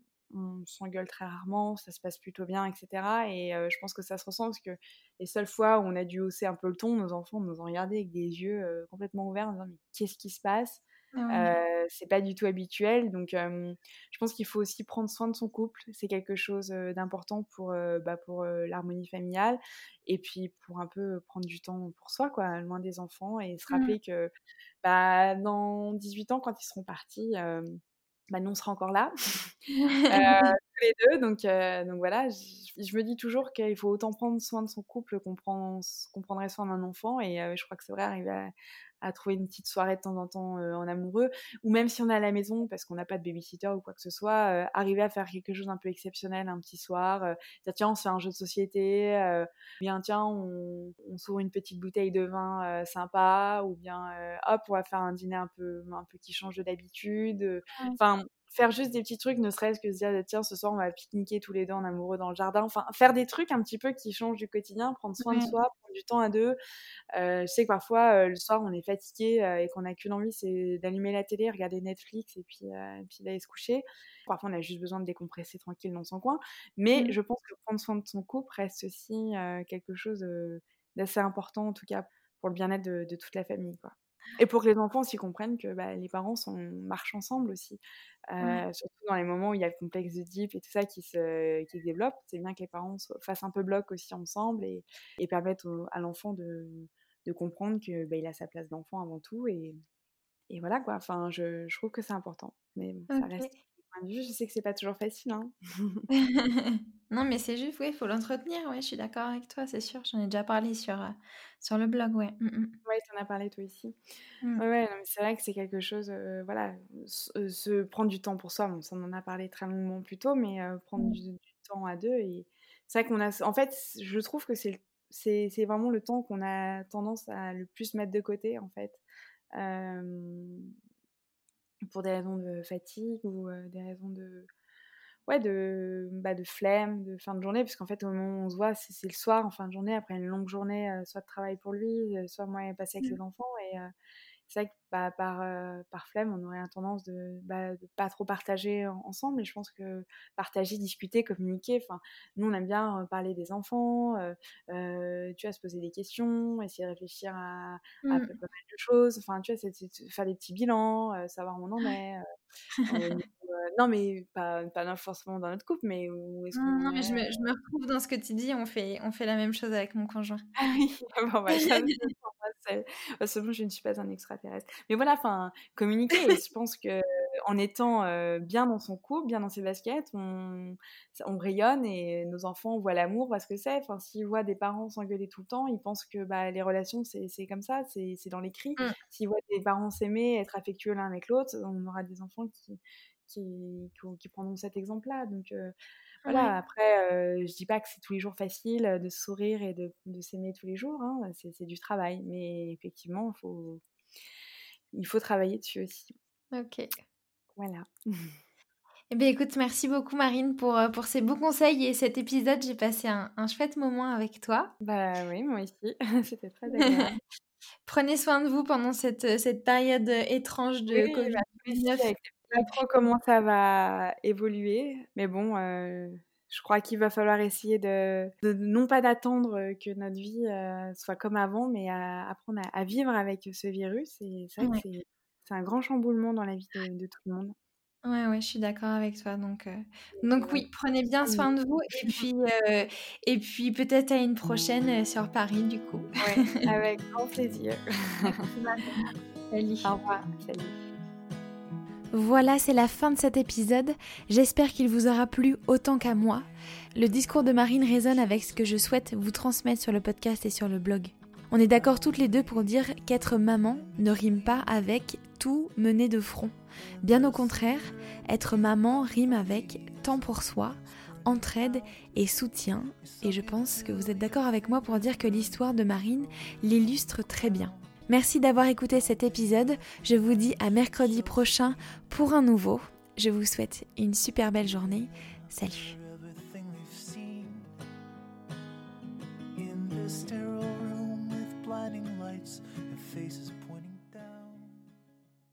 on s'engueule très rarement, ça se passe plutôt bien, et cetera. Et euh, je pense que ça se ressent parce que les seules fois où on a dû hausser un peu le ton, nos enfants nous ont regardé avec des yeux euh, complètement ouverts en disant mais qu'est-ce qui se passe? Ouais. Heu, c'est pas du tout habituel donc hem, je pense qu'il faut aussi prendre soin de son couple. C'est quelque chose, heu, d'important pour, heu, bah, pour, heu, l'harmonie familiale et puis pour un peu prendre du temps pour soi quoi, loin des enfants et se Mmh. rappeler que, bah, dans dix-huit ans quand ils seront partis, hem, bah, nous on sera encore là. Heu, tous les deux donc heu, donc voilà, j je me dis toujours qu'il faut autant prendre soin de son couple qu'on prend s qu'on prendrait soin d'un enfant et heu, je crois que c'est vrai arriver à à trouver une petite soirée de temps en temps, heu, en amoureux ou même si on est à la maison parce qu'on n'a pas de baby-sitter ou quoi que ce soit, heu, arriver à faire quelque chose d'un peu exceptionnel un petit soir, heu, dire: «Tiens, on se fait un jeu de société», heu, bien: «Tiens, on on s'ouvre une petite bouteille de vin, heu, sympa» ou bien, heu: «Hop, on va faire un dîner un peu un peu qui change de d'habitude», heu, Ouais. enfin faire juste des petits trucs, ne serait-ce que se dire: «Tiens, ce soir, on va pique-niquer tous les deux en amoureux dans le jardin». Enfin, faire des trucs un petit peu qui changent du quotidien, prendre soin de Ouais. soi, prendre du temps à deux. Heu, je sais que parfois, heu, le soir, on est fatigué, heu, et qu'on a qu'une envie, c'est d'allumer la télé, regarder Netflix et puis, heu, et puis d'aller se coucher. Parfois, on a juste besoin de décompresser tranquille dans son coin. Mais Mmh. je pense que prendre soin de son couple reste aussi, heu, quelque chose, heu, d'assez important, en tout cas pour le bien-être de de toute la famille, quoi. Et pour que les enfants aussi comprennent que, bah, les parents sont marchent ensemble aussi. Ouais. Heu, surtout dans les moments où il y a le complexe d'Oedipe et tout ça qui se qui se développe. C'est bien que les parents soient fassent un peu bloc aussi ensemble et et permettent au à l'enfant de de comprendre que, bah, il a sa place d'enfant avant tout et et voilà quoi. Enfin, je je trouve que c'est important. Mais bon, ça OK. reste mon point de vue. Je sais que c'est pas toujours facile, hein. Non, mais c'est juste, oui, il faut l'entretenir, ouais, je suis d'accord avec toi, c'est sûr. J'en ai déjà parlé sur, heu, sur le blog, ouais. Mmh mh. Ouais, tu en as parlé toi aussi. Mmh. Ouais, ouais, non, mais c'est vrai que c'est quelque chose, heu, voilà, se heu, se prendre du temps pour soi, bon ça on en a parlé très longuement plus tôt, mais heu, prendre Mmh. du du temps à deux et c'est vrai qu'on a en fait, c je trouve que c'est le c'est c'est vraiment le temps qu'on a tendance à le plus mettre de côté, en fait. Hem, pour des raisons de fatigue ou heu, des raisons de ouais, de, bah, de flemme, de fin de journée, puisqu'en fait, au moment où on se voit, c'est c'est le soir, en fin de journée, après une longue journée, heu, soit de travail pour lui, heu, soit moi passer avec Mmh. les enfants et heu, c'est vrai que, bah, par, heu, par flemme, on aurait un tendance de, bah, de pas trop partager en ensemble et je pense que partager, discuter, communiquer, enfin, nous, on aime bien, heu, parler des enfants, heu heu, tu vois, se poser des questions, essayer de réfléchir à à pas Mmh. pas mal de choses, enfin, tu vois, c'est c'est de faire des petits bilans, heu, savoir où on en est, heu heu, niveau, heu non, mais pas pas dans forcément dans notre couple, mais où est-ce qu'on Mmh, en non, mais est, je me je me retrouve dans ce que tu dis, on fait on fait la même chose avec mon conjoint. ah oui, bon, bah, ça me c'est bah, c'est bon, je ne suis pas un extraterrestre. Mais voilà, enfin, communiquer et je pense qu'en étant, heu, bien dans son couple, bien dans ses baskets, on ça on rayonne et nos enfants voient l'amour, voient ce que c'est. Enfin, s'ils voient des parents s'engueuler tout le temps, ils pensent que, bah, les relations, c'est c'est comme ça, c'est c'est dans l'écrit. Mmh. S'ils voient des parents s'aimer, être affectueux l'un avec l'autre, on aura des enfants qui qui qui qui prendront cet exemple-là. Donc heu, Ouais. voilà, après, heu, je dis pas que c'est tous les jours facile, heu, de sourire et de de s'aimer tous les jours, hein, c'est c'est du travail. Mais effectivement, faut il faut travailler dessus aussi. OK. Voilà. Eh beh, écoute, merci beaucoup Marine pour, heu, pour ces beaux conseils et cet épisode. J'ai passé un un chouette moment avec toi. Bah, oui, moi aussi, c'était très agréable. Prenez soin de vous pendant cette, heu, cette période, heu, étrange Oui, de bah, covid toi aussi dix-neuf avec et pas puis trop comment ça va évoluer, mais bon, heu, je crois qu'il va falloir essayer de de non pas d'attendre, heu, que notre vie, heu, soit comme avant, mais à apprendre à à vivre avec ce virus et c'est vrai que ouais. c'est c'est un grand chamboulement dans la vie de de tout le monde. Ouais, ouais, je suis d'accord avec toi donc heu, Donc donc heu, oui, prenez bien soin de soin nous. de vous et puis, heu et puis peut-être à une prochaine, heu, sur Paris du coup. Ouais, avec grand plaisir. Merci Marine. Au Salut. revoir, salut. Voilà, c'est la fin de cet épisode. J'espère qu'il vous aura plu autant qu'à moi. Le discours de Marine résonne avec ce que je souhaite vous transmettre sur le podcast et sur le blog. On est d'accord toutes les deux pour dire qu'être maman ne rime pas avec tout mener de front. Bien au contraire, être maman rime avec temps pour soi, entraide et soutien. Et je pense que vous êtes d'accord avec moi pour dire que l'histoire de Marine l'illustre très bien. Merci d'avoir écouté cet épisode. Je vous dis à mercredi prochain pour un nouveau. Je vous souhaite une super belle journée. Salut. In this sterile room with blinding lights and faces